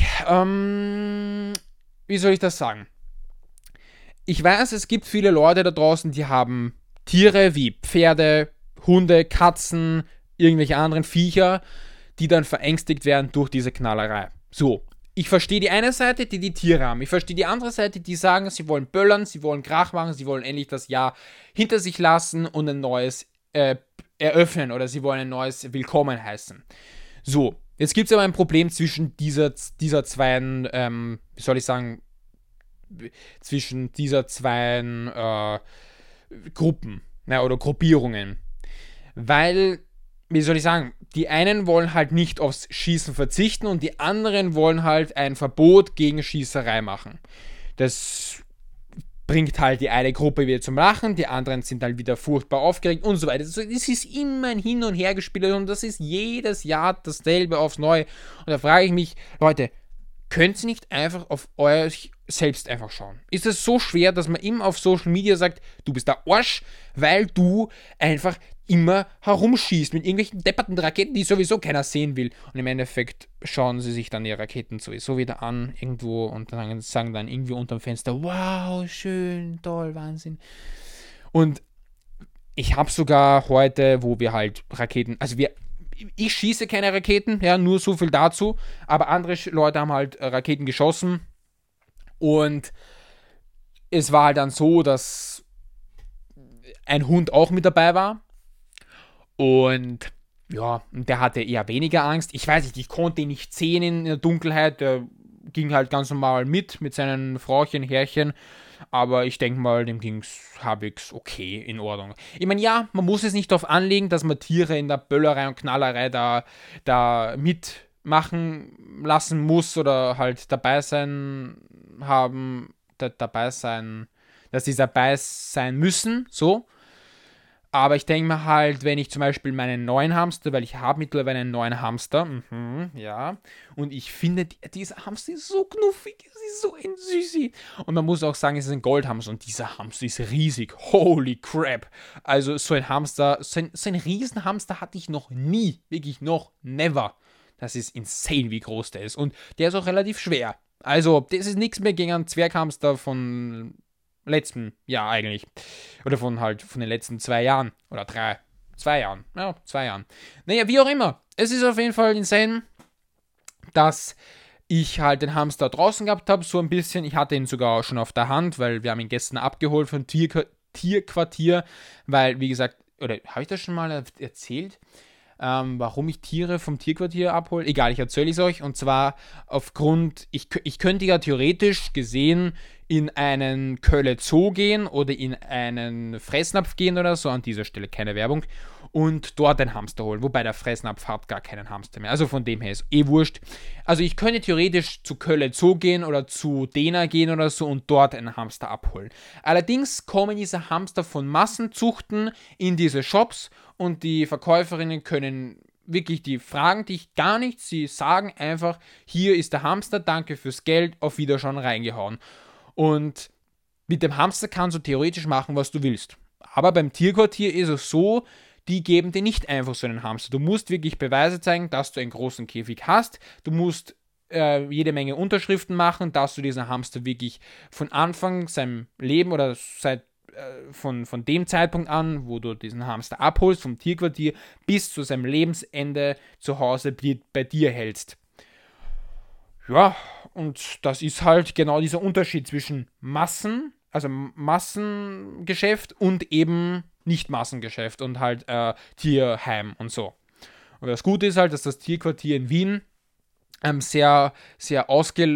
Speaker 1: Wie soll ich das sagen? Ich weiß, es gibt viele Leute da draußen, die haben Tiere wie Pferde, Hunde, Katzen, irgendwelche anderen Viecher, die dann verängstigt werden durch diese Knallerei. So, ich verstehe die eine Seite, die Tiere haben. Ich verstehe die andere Seite, die sagen, sie wollen böllern, sie wollen Krach machen, sie wollen endlich das Jahr hinter sich lassen und ein neues eröffnen oder sie wollen ein neues Willkommen heißen. So, jetzt gibt es aber ein Problem zwischen dieser zwei, zwischen dieser zwei Gruppen oder Gruppierungen. Weil, wie soll ich sagen, die einen wollen halt nicht aufs Schießen verzichten und die anderen wollen halt ein Verbot gegen Schießerei machen. Das bringt halt die eine Gruppe wieder zum Lachen, die anderen sind halt wieder furchtbar aufgeregt und so weiter. Es ist immer ein Hin- und Hergespiel und das ist jedes Jahr dasselbe aufs Neue. Und da frage ich mich, Leute, könnt ihr nicht einfach auf euch selbst einfach schauen? Ist es so schwer, dass man immer auf Social Media sagt, du bist der Arsch, weil du einfach immer herumschießt mit irgendwelchen depperten Raketen, die sowieso keiner sehen will. Und im Endeffekt schauen sie sich dann die Raketen sowieso wieder an irgendwo und dann sagen dann irgendwie unterm Fenster, wow, schön, toll, Wahnsinn. Und ich habe sogar heute, wo wir halt Raketen, also ich schieße keine Raketen, ja, nur so viel dazu, aber andere Leute haben halt Raketen geschossen und es war halt dann so, dass ein Hund auch mit dabei war und ja, der hatte eher weniger Angst. Ich weiß nicht, ich konnte ihn nicht sehen in der Dunkelheit, der ging halt ganz normal mit seinen Frauchen, Herrchen. Aber ich denke mal, dem ging es halbwegs okay, in Ordnung. Ich meine, ja, man muss es nicht darauf anlegen, dass man Tiere in der Böllerei und Knallerei da mitmachen lassen muss oder halt dabei sein haben, dabei sein, dass die dabei sein müssen, so. Aber ich denke mir halt, wenn ich zum Beispiel meinen neuen Hamster, weil ich habe mittlerweile einen neuen Hamster, ja, und ich finde, dieser Hamster ist so knuffig, es ist so ein Süßi. Und man muss auch sagen, es ist ein Goldhamster und dieser Hamster ist riesig. Holy crap. Also so ein Hamster, so ein Riesenhamster hatte ich noch nie, wirklich noch never. Das ist insane, wie groß der ist. Und der ist auch relativ schwer. Also, das ist nichts mehr gegen einen Zwerghamster von letzten Jahr eigentlich. Oder von den letzten 2 Jahren. Oder 2 Jahren. Ja, 2 Jahren. Naja, wie auch immer. Es ist auf jeden Fall insane, dass ich halt den Hamster draußen gehabt habe, so ein bisschen. Ich hatte ihn sogar schon auf der Hand, weil wir haben ihn gestern abgeholt vom Tierquartier, weil, wie gesagt, oder habe ich das schon mal erzählt? Warum ich Tiere vom Tierquartier abhole. Egal, ich erzähle es euch. Und zwar aufgrund, ich könnte ja theoretisch gesehen in einen Kölle Zoo gehen oder in einen Fressnapf gehen oder so. An dieser Stelle keine Werbung. Und dort einen Hamster holen. Wobei der Fressnapf hat gar keinen Hamster mehr. Also von dem her ist eh wurscht. Also ich könnte theoretisch zu Kölle Zoo gehen oder zu Dena gehen oder so und dort einen Hamster abholen. Allerdings kommen diese Hamster von Massenzuchten in diese Shops und die Verkäuferinnen können wirklich, die fragen dich gar nichts, sie sagen einfach, hier ist der Hamster, danke fürs Geld, auf Wiederschauen, reingehauen. Und mit dem Hamster kannst du theoretisch machen, was du willst. Aber beim Tierquartier ist es so, die geben dir nicht einfach so einen Hamster. Du musst wirklich Beweise zeigen, dass du einen großen Käfig hast. Du musst jede Menge Unterschriften machen, dass du diesen Hamster wirklich von Anfang seinem Leben oder von dem Zeitpunkt an, wo du diesen Hamster abholst vom Tierquartier, bis zu seinem Lebensende zu Hause bei dir hältst. Ja, und das ist halt genau dieser Unterschied zwischen Massengeschäft und eben Nicht-Massengeschäft und halt Tierheim und so. Und das Gute ist halt, dass das Tierquartier in Wien sehr, sehr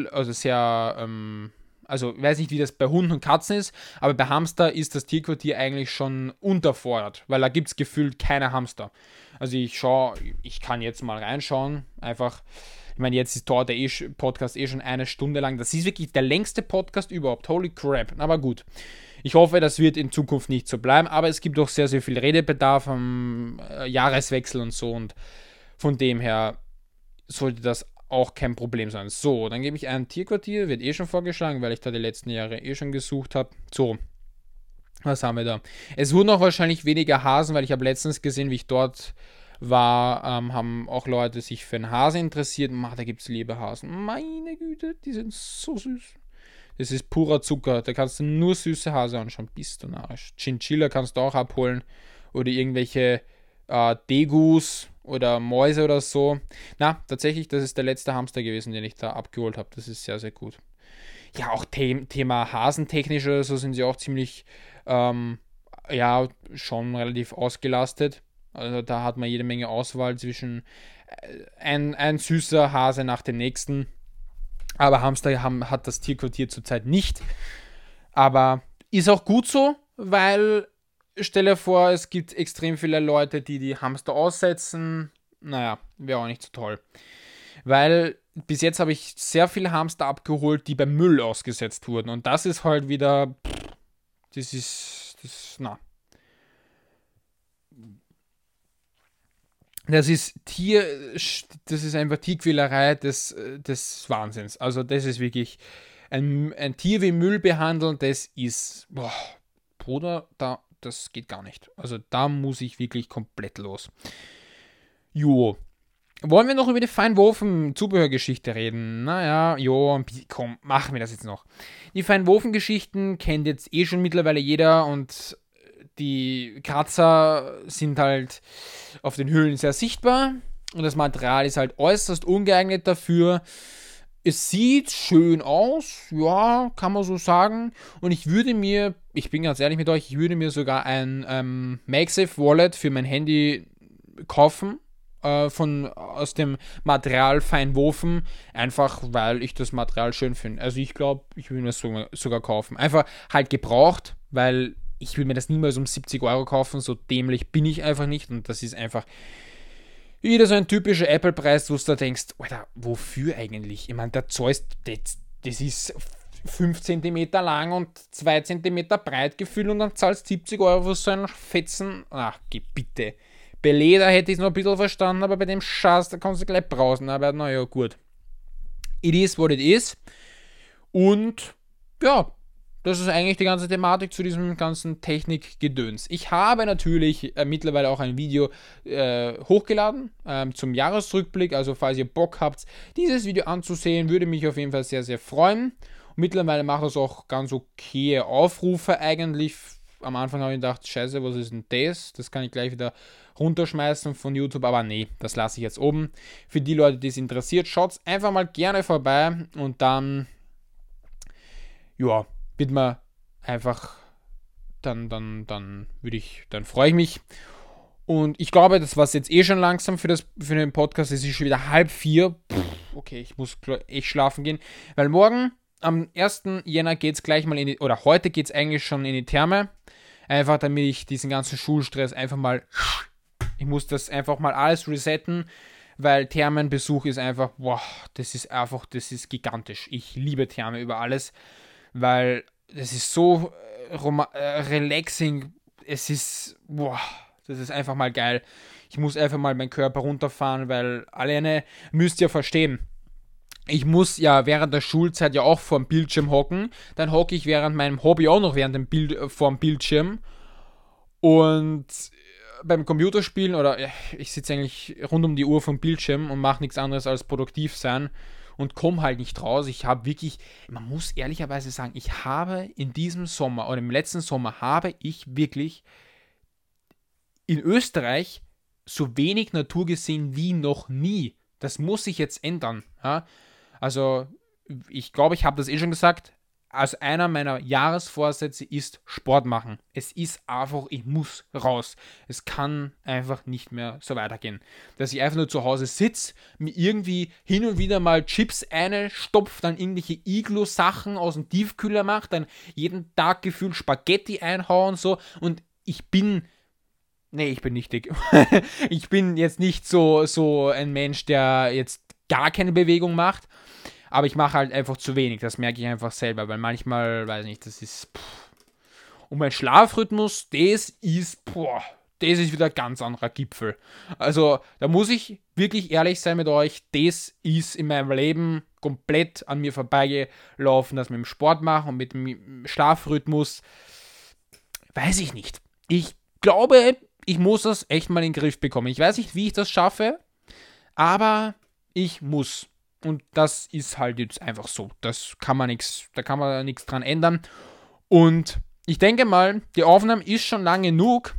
Speaker 1: also ich weiß nicht, wie das bei Hunden und Katzen ist, aber bei Hamster ist das Tierquartier eigentlich schon unterfordert, weil da gibt es gefühlt keine Hamster. Also ich kann jetzt mal reinschauen, einfach. Ich meine, jetzt dauert der Podcast schon 1 Stunde lang. Das ist wirklich der längste Podcast überhaupt. Holy crap. Aber gut. Ich hoffe, das wird in Zukunft nicht so bleiben. Aber es gibt auch sehr, sehr viel Redebedarf am Jahreswechsel und so. Und von dem her sollte das auch kein Problem sein. So, dann gebe ich ein Tierquartier. Wird schon vorgeschlagen, weil ich da die letzten Jahre schon gesucht habe. So, was haben wir da? Es wurden auch wahrscheinlich weniger Hasen, weil ich habe letztens gesehen, wie ich dort war, haben auch Leute sich für einen Hase interessiert. Da gibt es liebe Hasen. Meine Güte, die sind so süß. Das ist purer Zucker. Da kannst du nur süße Hase anschauen. Bist du narrisch. Chinchilla kannst du auch abholen. Oder irgendwelche Degus oder Mäuse oder so. Na, tatsächlich, das ist der letzte Hamster gewesen, den ich da abgeholt habe. Das ist sehr, sehr gut. Ja, auch Thema Hasentechnisch oder so sind sie auch ziemlich, ja, schon relativ ausgelastet. Also da hat man jede Menge Auswahl zwischen ein süßer Hase nach dem nächsten. Aber Hamster hat das Tierquartier zurzeit nicht. Aber ist auch gut so, weil stell dir vor, es gibt extrem viele Leute, die Hamster aussetzen. Naja, wäre auch nicht so toll. Weil bis jetzt habe ich sehr viele Hamster abgeholt, die beim Müll ausgesetzt wurden. Und das ist halt wieder, das ist das ist einfach Tierquälerei des Wahnsinns. Also das ist wirklich ein Tier wie Müll behandeln, das ist, Bruder, das geht gar nicht. Also da muss ich wirklich komplett los. Jo. Wollen wir noch über die Feinwofen-Zubehörgeschichte reden? Naja, jo, komm, machen wir das jetzt noch. Die Feinwofen-Geschichten kennt jetzt schon mittlerweile jeder und die Kratzer sind halt auf den Hüllen sehr sichtbar und das Material ist halt äußerst ungeeignet dafür. Es sieht schön aus, ja, kann man so sagen. Und ich bin ganz ehrlich mit euch, ich würde mir sogar ein MagSafe Wallet für mein Handy kaufen. Aus dem Material Feinwofen, einfach weil ich das Material schön finde. Also ich glaube, ich würde mir das sogar kaufen. Einfach halt gebraucht, weil ich will mir das niemals um 70 Euro kaufen, so dämlich bin ich einfach nicht und das ist einfach wieder so ein typischer Apple-Preis, wo du da denkst, Alter, wofür eigentlich? Ich meine, der Zeus, das ist 5 cm lang und 2 cm breit gefühlt und dann zahlst 70 Euro für so einen Fetzen. Ach, geh bitte. Bei Leder hätte ich es noch ein bisschen verstanden, aber bei dem Schatz, da kannst du gleich brausen. Aber naja, gut. It is what it is. Und ja, das ist eigentlich die ganze Thematik zu diesem ganzen Technikgedöns. Ich habe natürlich mittlerweile auch ein Video hochgeladen zum Jahresrückblick. Also falls ihr Bock habt, dieses Video anzusehen, würde mich auf jeden Fall sehr, sehr freuen. Und mittlerweile macht das auch ganz okay Aufrufe eigentlich. Am Anfang habe ich gedacht, scheiße, was ist denn das? Das kann ich gleich wieder runterschmeißen von YouTube, aber nee, das lasse ich jetzt oben. Für die Leute, die es interessiert, schaut einfach mal gerne vorbei und dann, ja, wird man einfach, dann freue ich mich. Und ich glaube, das war es jetzt schon langsam für den Podcast. Es ist schon wieder 3:30. Okay, ich muss echt schlafen gehen, weil morgen am 1. Jänner geht es gleich mal oder heute geht es eigentlich schon in die Therme. Einfach damit ich diesen ganzen Schulstress ich muss das einfach mal alles resetten, weil Thermenbesuch ist einfach, das ist gigantisch. Ich liebe Therme über alles, weil das ist so relaxing. Es ist, das ist einfach mal geil. Ich muss einfach mal meinen Körper runterfahren, weil alleine müsst ihr verstehen, ich muss ja während der Schulzeit ja auch vor dem Bildschirm hocken. Dann hocke ich während meinem Hobby auch noch vor dem Bildschirm. Und beim Computerspielen oder ich sitze eigentlich rund um die Uhr vom Bildschirm und mache nichts anderes als produktiv sein und komme halt nicht raus. Ich habe wirklich, man muss ehrlicherweise sagen, ich habe in diesem Sommer oder im letzten Sommer habe ich wirklich in Österreich so wenig Natur gesehen wie noch nie. Das muss sich jetzt ändern. Ja? Also, ich glaube, ich habe das schon gesagt. Also einer meiner Jahresvorsätze ist Sport machen. Es ist einfach, ich muss raus. Es kann einfach nicht mehr so weitergehen. Dass ich einfach nur zu Hause sitze, mir irgendwie hin und wieder mal Chips einstopfe, dann irgendwelche Iglo-Sachen aus dem Tiefkühler mache, dann jeden Tag gefühlt Spaghetti einhauen und so. Und ich bin nicht dick. Ich bin jetzt nicht so ein Mensch, der jetzt gar keine Bewegung macht. Aber ich mache halt einfach zu wenig. Das merke ich einfach selber. Weil manchmal, weiß nicht, das ist... Und mein Schlafrhythmus, das ist wieder ein ganz anderer Gipfel. Also, da muss ich wirklich ehrlich sein mit euch. Das ist in meinem Leben komplett an mir vorbeigelaufen. Das mit dem Sport machen und mit dem Schlafrhythmus. Weiß ich nicht. Ich glaube, ich muss das echt mal in den Griff bekommen. Ich weiß nicht, wie ich das schaffe, aber ich muss. Und das ist halt jetzt einfach so. Da kann man nichts dran ändern. Und ich denke mal, die Aufnahme ist schon lang genug.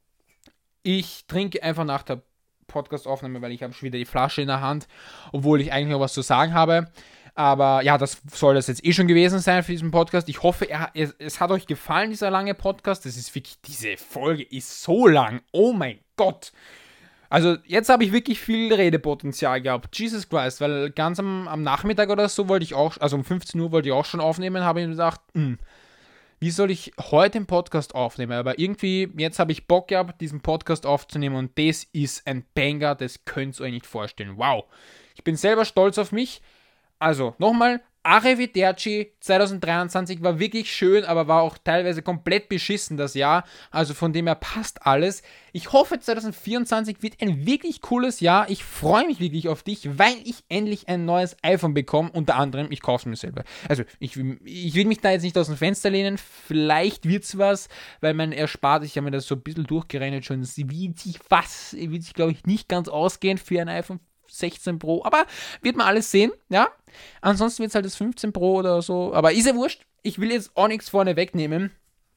Speaker 1: Ich trinke einfach nach der Podcast-Aufnahme, weil ich habe schon wieder die Flasche in der Hand, obwohl ich eigentlich noch was zu sagen habe. Aber ja, das soll das jetzt schon gewesen sein für diesen Podcast. Ich hoffe, es hat euch gefallen, dieser lange Podcast. Das ist wirklich, diese Folge ist so lang. Oh mein Gott. Also jetzt habe ich wirklich viel Redepotenzial gehabt. Jesus Christ, weil ganz am Nachmittag oder so wollte ich auch, also um 15 Uhr wollte ich auch schon aufnehmen, habe ich mir gedacht, wie soll ich heute einen Podcast aufnehmen? Aber irgendwie, jetzt habe ich Bock gehabt, diesen Podcast aufzunehmen und das ist ein Banger, das könnt ihr euch nicht vorstellen. Wow, ich bin selber stolz auf mich. Also, nochmal, Arrivederci 2023 war wirklich schön, aber war auch teilweise komplett beschissen das Jahr. Also von dem her passt alles. Ich hoffe 2024 wird ein wirklich cooles Jahr. Ich freue mich wirklich auf dich, weil ich endlich ein neues iPhone bekomme. Unter anderem, ich kaufe es mir selber. Also ich will mich da jetzt nicht aus dem Fenster lehnen. Vielleicht wird es was, weil mein Erspartes, ich habe mir das so ein bisschen durchgerechnet schon, wird sich glaube ich nicht ganz ausgehen für ein iPhone 16 Pro, aber wird man alles sehen, ja. Ansonsten wird es halt das 15 Pro oder so, aber ist ja wurscht. Ich will jetzt auch nichts vorne wegnehmen.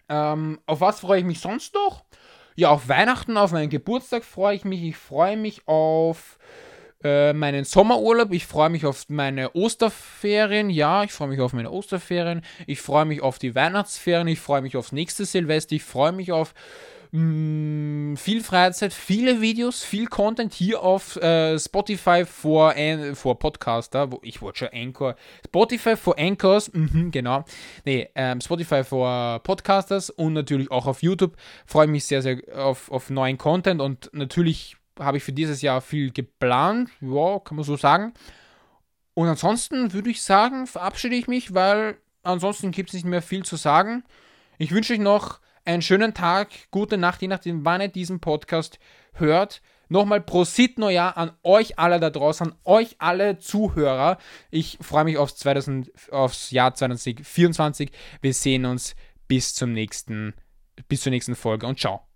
Speaker 1: Auf was freue ich mich sonst noch? Ja, auf Weihnachten, auf meinen Geburtstag freue ich mich. Ich freue mich auf meinen Sommerurlaub. Ich freue mich auf meine Osterferien. Ja, ich freue mich auf meine Osterferien. Ich freue mich auf die Weihnachtsferien. Ich freue mich aufs nächste Silvester. Ich freue mich auf viel Freizeit, viele Videos, viel Content hier auf Spotify for Podcaster, wo ich wollte schon Anchor, Spotify for Anchors, genau, nee, Spotify for Podcasters und natürlich auch auf YouTube. Freue mich sehr, sehr auf neuen Content und natürlich habe ich für dieses Jahr viel geplant, ja, kann man so sagen. Und ansonsten würde ich sagen, verabschiede ich mich, weil ansonsten gibt es nicht mehr viel zu sagen. Ich wünsche euch noch einen schönen Tag, gute Nacht, je nachdem, wann ihr diesen Podcast hört. Nochmal Prosit Neujahr an euch alle da draußen, an euch alle Zuhörer. Ich freue mich aufs Jahr 2024. Wir sehen uns bis zur nächsten Folge und ciao.